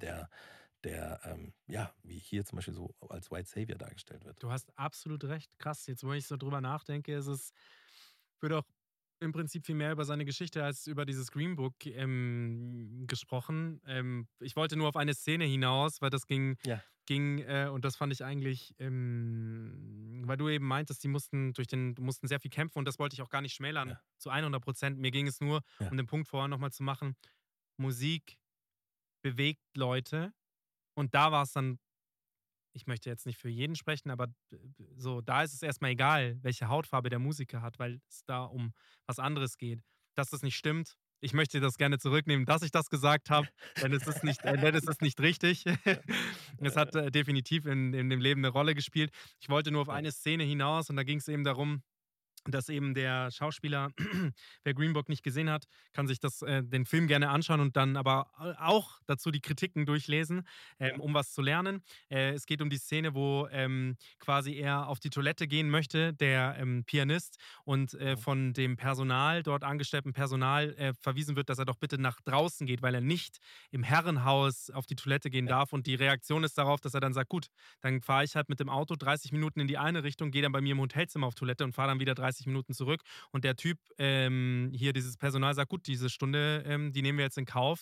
ja, wie hier zum Beispiel so als White Savior dargestellt wird. Du hast absolut recht. Krass. Jetzt, wo ich so drüber nachdenke, wird auch im Prinzip viel mehr über seine Geschichte als über dieses Green Book gesprochen. Ich wollte nur auf eine Szene hinaus, weil das Ja, und das fand ich eigentlich, weil du eben meintest, die mussten sehr viel kämpfen und das wollte ich auch gar nicht schmälern, ja, zu 100%. Mir ging es nur, ja, um den Punkt vorher nochmal zu machen, Musik bewegt Leute und da war es dann, ich möchte jetzt nicht für jeden sprechen, aber so, da ist es erstmal egal, welche Hautfarbe der Musiker hat, weil es da um was anderes geht. Dass das nicht stimmt, ich möchte das gerne zurücknehmen, dass ich das gesagt habe, denn es ist nicht richtig. Es hat definitiv in dem Leben eine Rolle gespielt. Ich wollte nur auf ja, eine Szene hinaus und da ging es eben darum, dass eben der Schauspieler, wer Green Book nicht gesehen hat, kann sich den Film gerne anschauen und dann aber auch dazu die Kritiken durchlesen, um was zu lernen. Es geht um die Szene, wo quasi er auf die Toilette gehen möchte, der Pianist, und mhm, von dem Personal, dort angestellten Personal, verwiesen wird, dass er doch bitte nach draußen geht, weil er nicht im Herrenhaus auf die Toilette gehen ja, darf. Und die Reaktion ist darauf, dass er dann sagt, gut, dann fahre ich halt mit dem Auto 30 Minuten in die eine Richtung, gehe dann bei mir im Hotelzimmer auf Toilette und fahre dann wieder 30 Minuten zurück. Und der Typ, hier dieses Personal sagt, gut, diese Stunde, die nehmen wir jetzt in Kauf,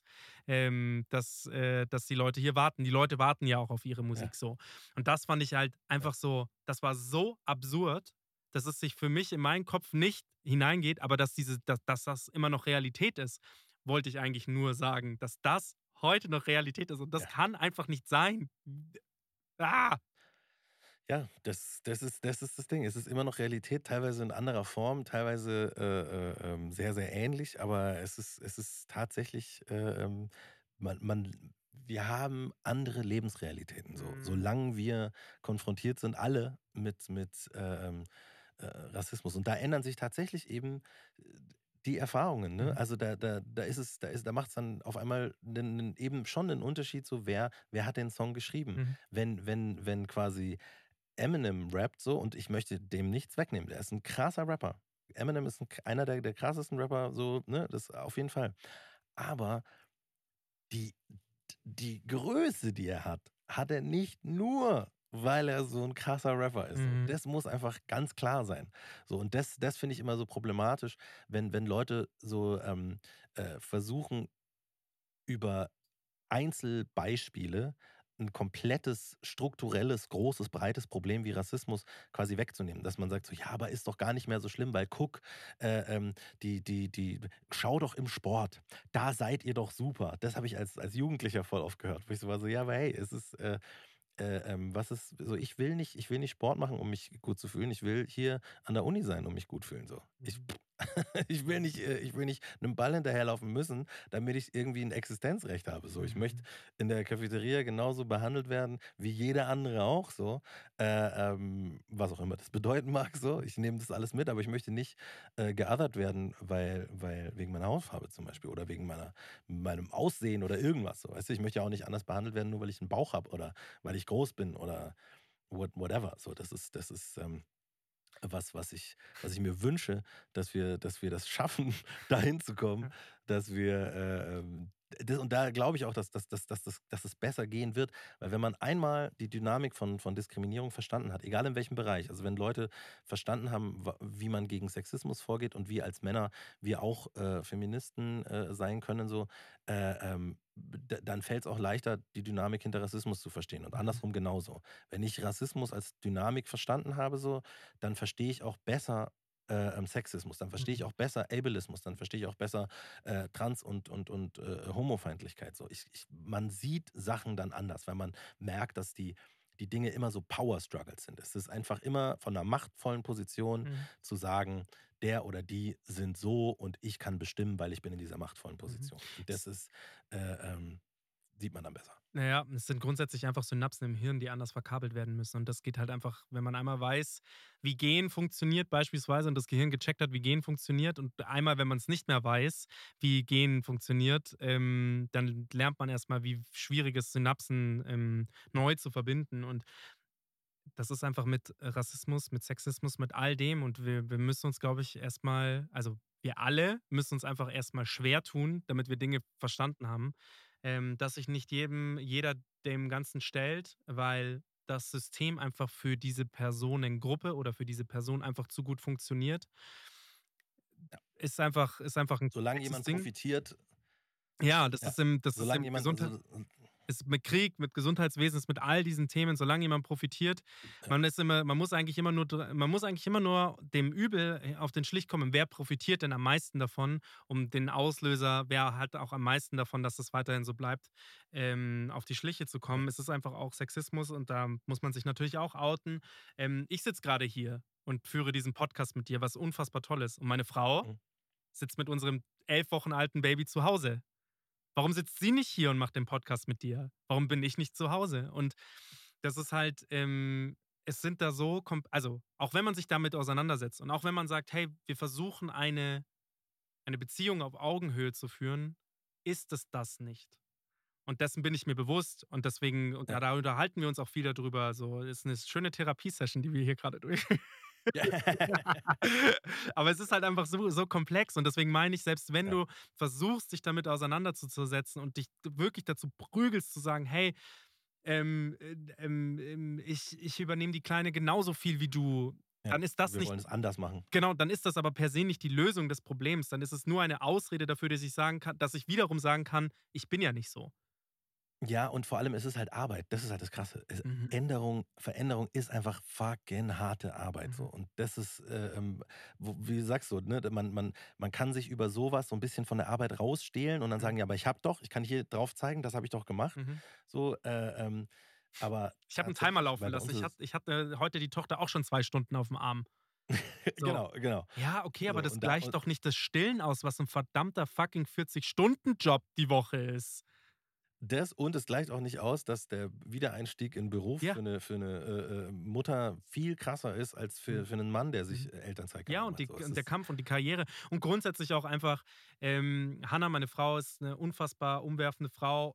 dass die Leute hier warten. Die Leute warten ja auch auf ihre ja, Musik so. Und das fand ich halt ja, einfach so, das war so absurd, dass es sich für mich in meinen Kopf nicht hineingeht, aber dass das immer noch Realität ist, wollte ich eigentlich nur sagen, dass das heute noch Realität ist. Und das ja. kann einfach nicht sein. Ah! Ja, das ist das Ding. Es ist immer noch Realität, teilweise in anderer Form, teilweise sehr, sehr ähnlich, aber es ist tatsächlich, wir haben andere Lebensrealitäten so. Mhm. Solange wir konfrontiert sind, alle mit Rassismus. Und da ändern sich tatsächlich eben äh, die Erfahrungen, ne? Mhm. Also da macht es dann auf einmal eben schon einen Unterschied, so wer hat den Song geschrieben. Mhm. Wenn quasi Eminem rappt so und ich möchte dem nichts wegnehmen. Der ist ein krasser Rapper. Eminem ist einer der krassesten Rapper, so, ne, das auf jeden Fall. Aber die, die Größe, die er hat er nicht nur, weil er so ein krasser Rapper ist. So. Mhm. Das muss einfach ganz klar sein. So, und das finde ich immer so problematisch, wenn Leute so versuchen, über Einzelbeispiele ein komplettes, strukturelles, großes, breites Problem wie Rassismus quasi wegzunehmen. Dass man sagt so: „Ja, aber ist doch gar nicht mehr so schlimm, weil guck, die schau doch im Sport, da seid ihr doch super.“ Das habe ich als Jugendlicher voll oft gehört, wo ich so war so: „Ja, aber hey, was ist, so ich will nicht Sport machen, um mich gut zu fühlen. Ich will hier an der Uni sein, um mich gut fühlen. So. Ich will nicht einem Ball hinterherlaufen müssen, damit ich irgendwie ein Existenzrecht habe. So, ich möchte in der Cafeteria genauso behandelt werden wie jeder andere auch. So, was auch immer das bedeuten mag. So, ich nehme das alles mit, aber ich möchte nicht geothert werden, weil wegen meiner Hautfarbe zum Beispiel oder wegen meinem Aussehen oder irgendwas. So, weißt du, ich möchte ja auch nicht anders behandelt werden, nur weil ich einen Bauch habe oder weil ich groß bin oder whatever. So, das ist was ich mir wünsche, dass wir das schaffen, dahin zu kommen, Ja. dass wir und da glaube ich auch, dass es besser gehen wird, weil wenn man einmal die Dynamik von Diskriminierung verstanden hat, egal in welchem Bereich, also wenn Leute verstanden haben, wie man gegen Sexismus vorgeht und wie als Männer wir auch Feministen sein können, so, dann fällt es auch leichter, die Dynamik hinter Rassismus zu verstehen und andersrum genauso. Wenn ich Rassismus als Dynamik verstanden habe, so, dann verstehe ich auch besser Sexismus, dann verstehe ich auch besser Ableismus, dann verstehe ich auch besser Trans- und Homofeindlichkeit. So. Man sieht Sachen dann anders, weil man merkt, dass die Dinge immer so Power-Struggles sind. Es ist einfach immer von einer machtvollen Position zu sagen, der oder die sind so und ich kann bestimmen, weil ich bin in dieser machtvollen Position. Und das ist, sieht man dann besser. Naja, es sind grundsätzlich einfach Synapsen im Hirn, die anders verkabelt werden müssen. Und das geht halt einfach, wenn man einmal weiß, wie Gen funktioniert beispielsweise und das Gehirn gecheckt hat, wie Gen funktioniert und einmal, wenn man es nicht mehr weiß, wie Gen funktioniert, dann lernt man erstmal, wie schwierig es ist, Synapsen neu zu verbinden. Und das ist einfach mit Rassismus, mit Sexismus, mit all dem. Und wir müssen uns, glaube ich, erstmal, also wir alle müssen uns einfach erstmal schwer tun, damit wir Dinge verstanden haben, dass sich nicht jeder dem Ganzen stellt, weil das System einfach für diese Personengruppe oder für diese Person einfach zu gut funktioniert. Ist einfach ein Solange komplexes jemand Ding. profitiert, Ja, das ja, ist im solange jemand, Gesundheit. Ist mit Krieg, mit Gesundheitswesen, ist mit all diesen Themen, solange jemand profitiert, ja, man muss eigentlich immer nur dem Übel auf den Schlich kommen, wer profitiert denn am meisten davon, um den Auslöser, wer hat auch am meisten davon, dass es weiterhin so bleibt, auf die Schliche zu kommen. Es ist einfach auch Sexismus und da muss man sich natürlich auch outen. Ich sitze gerade hier und führe diesen Podcast mit dir, was unfassbar toll ist. Und meine Frau mhm. sitzt mit unserem 11 Wochen alten Baby zu Hause. Warum sitzt sie nicht hier und macht den Podcast mit dir? Warum bin ich nicht zu Hause? Und das ist halt, es sind da so, also auch wenn man sich damit auseinandersetzt und auch wenn man sagt, hey, wir versuchen eine Beziehung auf Augenhöhe zu führen, ist es das nicht. Und dessen bin ich mir bewusst und deswegen, und Ja. da unterhalten wir uns auch viel darüber. So, ist eine schöne Therapiesession, die wir hier gerade durchführen. Ja. Aber es ist halt einfach so komplex und deswegen meine ich, selbst wenn Ja. du versuchst, dich damit auseinanderzusetzen und dich wirklich dazu prügelst, zu sagen, hey, ich übernehme die Kleine genauso viel wie du, Ja. dann ist das Wir nicht, wollen es anders machen. genau, dann ist das aber per se nicht die Lösung des Problems. Dann ist es nur eine Ausrede dafür, dass ich wiederum sagen kann, ich bin ja nicht so. Ja, und vor allem ist es halt Arbeit. Das ist halt das Krasse. Veränderung ist einfach fucking harte Arbeit. So. Und das ist, wie du sagst, so, ne, man kann sich über sowas so ein bisschen von der Arbeit rausstehlen und dann sagen, ja, aber ich kann hier drauf zeigen, das habe ich doch gemacht. So, aber Ich habe einen tatsächlich, Timer laufen weil bei lassen. uns Ich hatte heute die Tochter auch schon 2 Stunden auf dem Arm. So. genau. Ja, okay, aber So, das und gleicht doch nicht das Stillen aus, was ein verdammter fucking 40-Stunden-Job die Woche ist. es gleicht auch nicht aus, dass der Wiedereinstieg in Beruf Ja. für eine Mutter viel krasser ist als für einen Mann, der sich Elternzeit Ja, genommen und, hat. So, und der Kampf und die Karriere. Und grundsätzlich auch einfach, Hannah, meine Frau, ist eine unfassbar umwerfende Frau.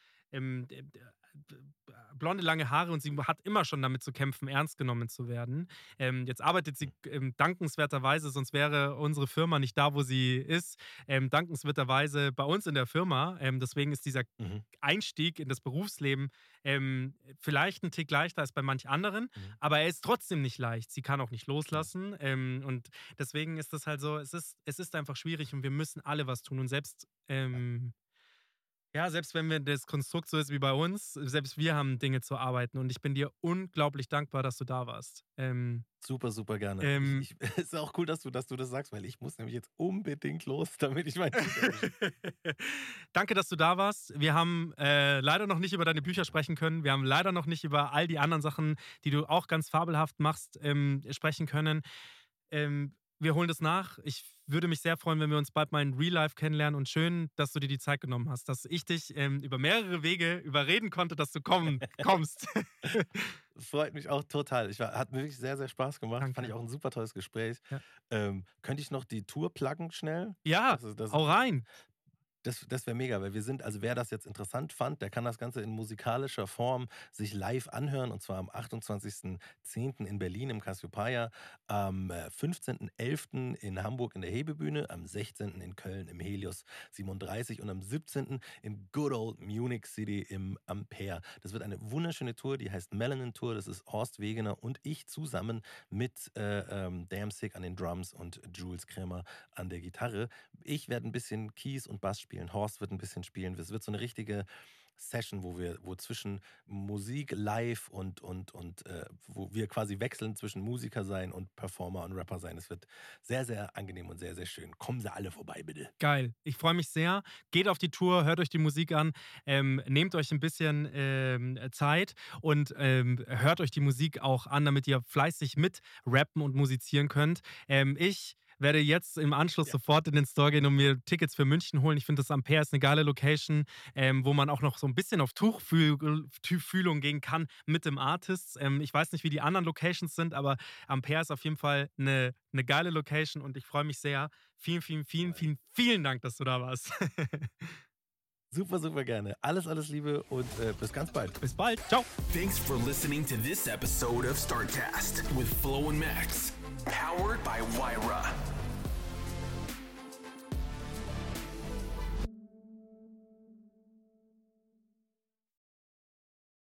Blonde, lange Haare und sie hat immer schon damit zu kämpfen, ernst genommen zu werden. Jetzt arbeitet sie dankenswerterweise, sonst wäre unsere Firma nicht da, wo sie ist, dankenswerterweise bei uns in der Firma. Deswegen ist dieser Einstieg in das Berufsleben vielleicht ein Tick leichter als bei manch anderen, aber er ist trotzdem nicht leicht. Sie kann auch nicht loslassen und deswegen ist das halt so, es ist einfach schwierig und wir müssen alle was tun und selbst Ja, selbst wenn das Konstrukt so ist wie bei uns, selbst wir haben Dinge zu arbeiten und ich bin dir unglaublich dankbar, dass du da warst. Super, super gerne. Ähm, Ist auch cool, dass du das sagst, weil ich muss nämlich jetzt unbedingt los, damit ich mein Lied erwische. Danke, dass du da warst. Wir haben leider noch nicht über deine Bücher sprechen können. Wir haben leider noch nicht über all die anderen Sachen, die du auch ganz fabelhaft machst, sprechen können. Wir holen das nach. Ich würde mich sehr freuen, wenn wir uns bald mal in Real Life kennenlernen und schön, dass du dir die Zeit genommen hast, dass ich dich über mehrere Wege überreden konnte, dass du kommst. Freut mich auch total. Hat mir wirklich sehr, sehr Spaß gemacht. Danke. Fand ich auch ein super tolles Gespräch. Ja. Könnte ich noch die Tour pluggen schnell? Ja, hau rein. Das wäre mega, weil wir sind, also wer das jetzt interessant fand, der kann das Ganze in musikalischer Form sich live anhören, und zwar am 28.10. in Berlin im Cassiopeia, am 15.11. in Hamburg in der Hebebühne, am 16. in Köln im Helios 37 und am 17. in Good Old Munich City im Ampere. Das wird eine wunderschöne Tour, die heißt Melanin Tour. Das ist Horst Wegener und ich zusammen mit Damn Sick an den Drums und Jules Krämer an der Gitarre. Ich werde ein bisschen Keys und Bass spielen. Horst wird ein bisschen spielen. Es wird so eine richtige Session, wo zwischen Musik live und wo wir quasi wechseln zwischen Musiker sein und Performer und Rapper sein. Es wird sehr, sehr angenehm und sehr, sehr schön. Kommen Sie alle vorbei, bitte. Geil. Ich freue mich sehr. Geht auf die Tour, hört euch die Musik an, nehmt euch ein bisschen Zeit und hört euch die Musik auch an, damit ihr fleißig mit rappen und musizieren könnt. Ich werde jetzt im Anschluss sofort in den Store gehen und mir Tickets für München holen. Ich finde, das Ampere ist eine geile Location, wo man auch noch so ein bisschen auf Tuchfühlung gehen kann mit dem Artist. Ich weiß nicht, wie die anderen Locations sind, aber Ampere ist auf jeden Fall eine geile Location und ich freue mich sehr. Vielen, vielen, vielen, vielen, vielen Dank, dass du da warst. Super, super gerne. Alles, alles Liebe und bis ganz bald. Bis bald. Ciao. Thanks for listening to this episode of Startcast with Flo and Max, powered by Wyra.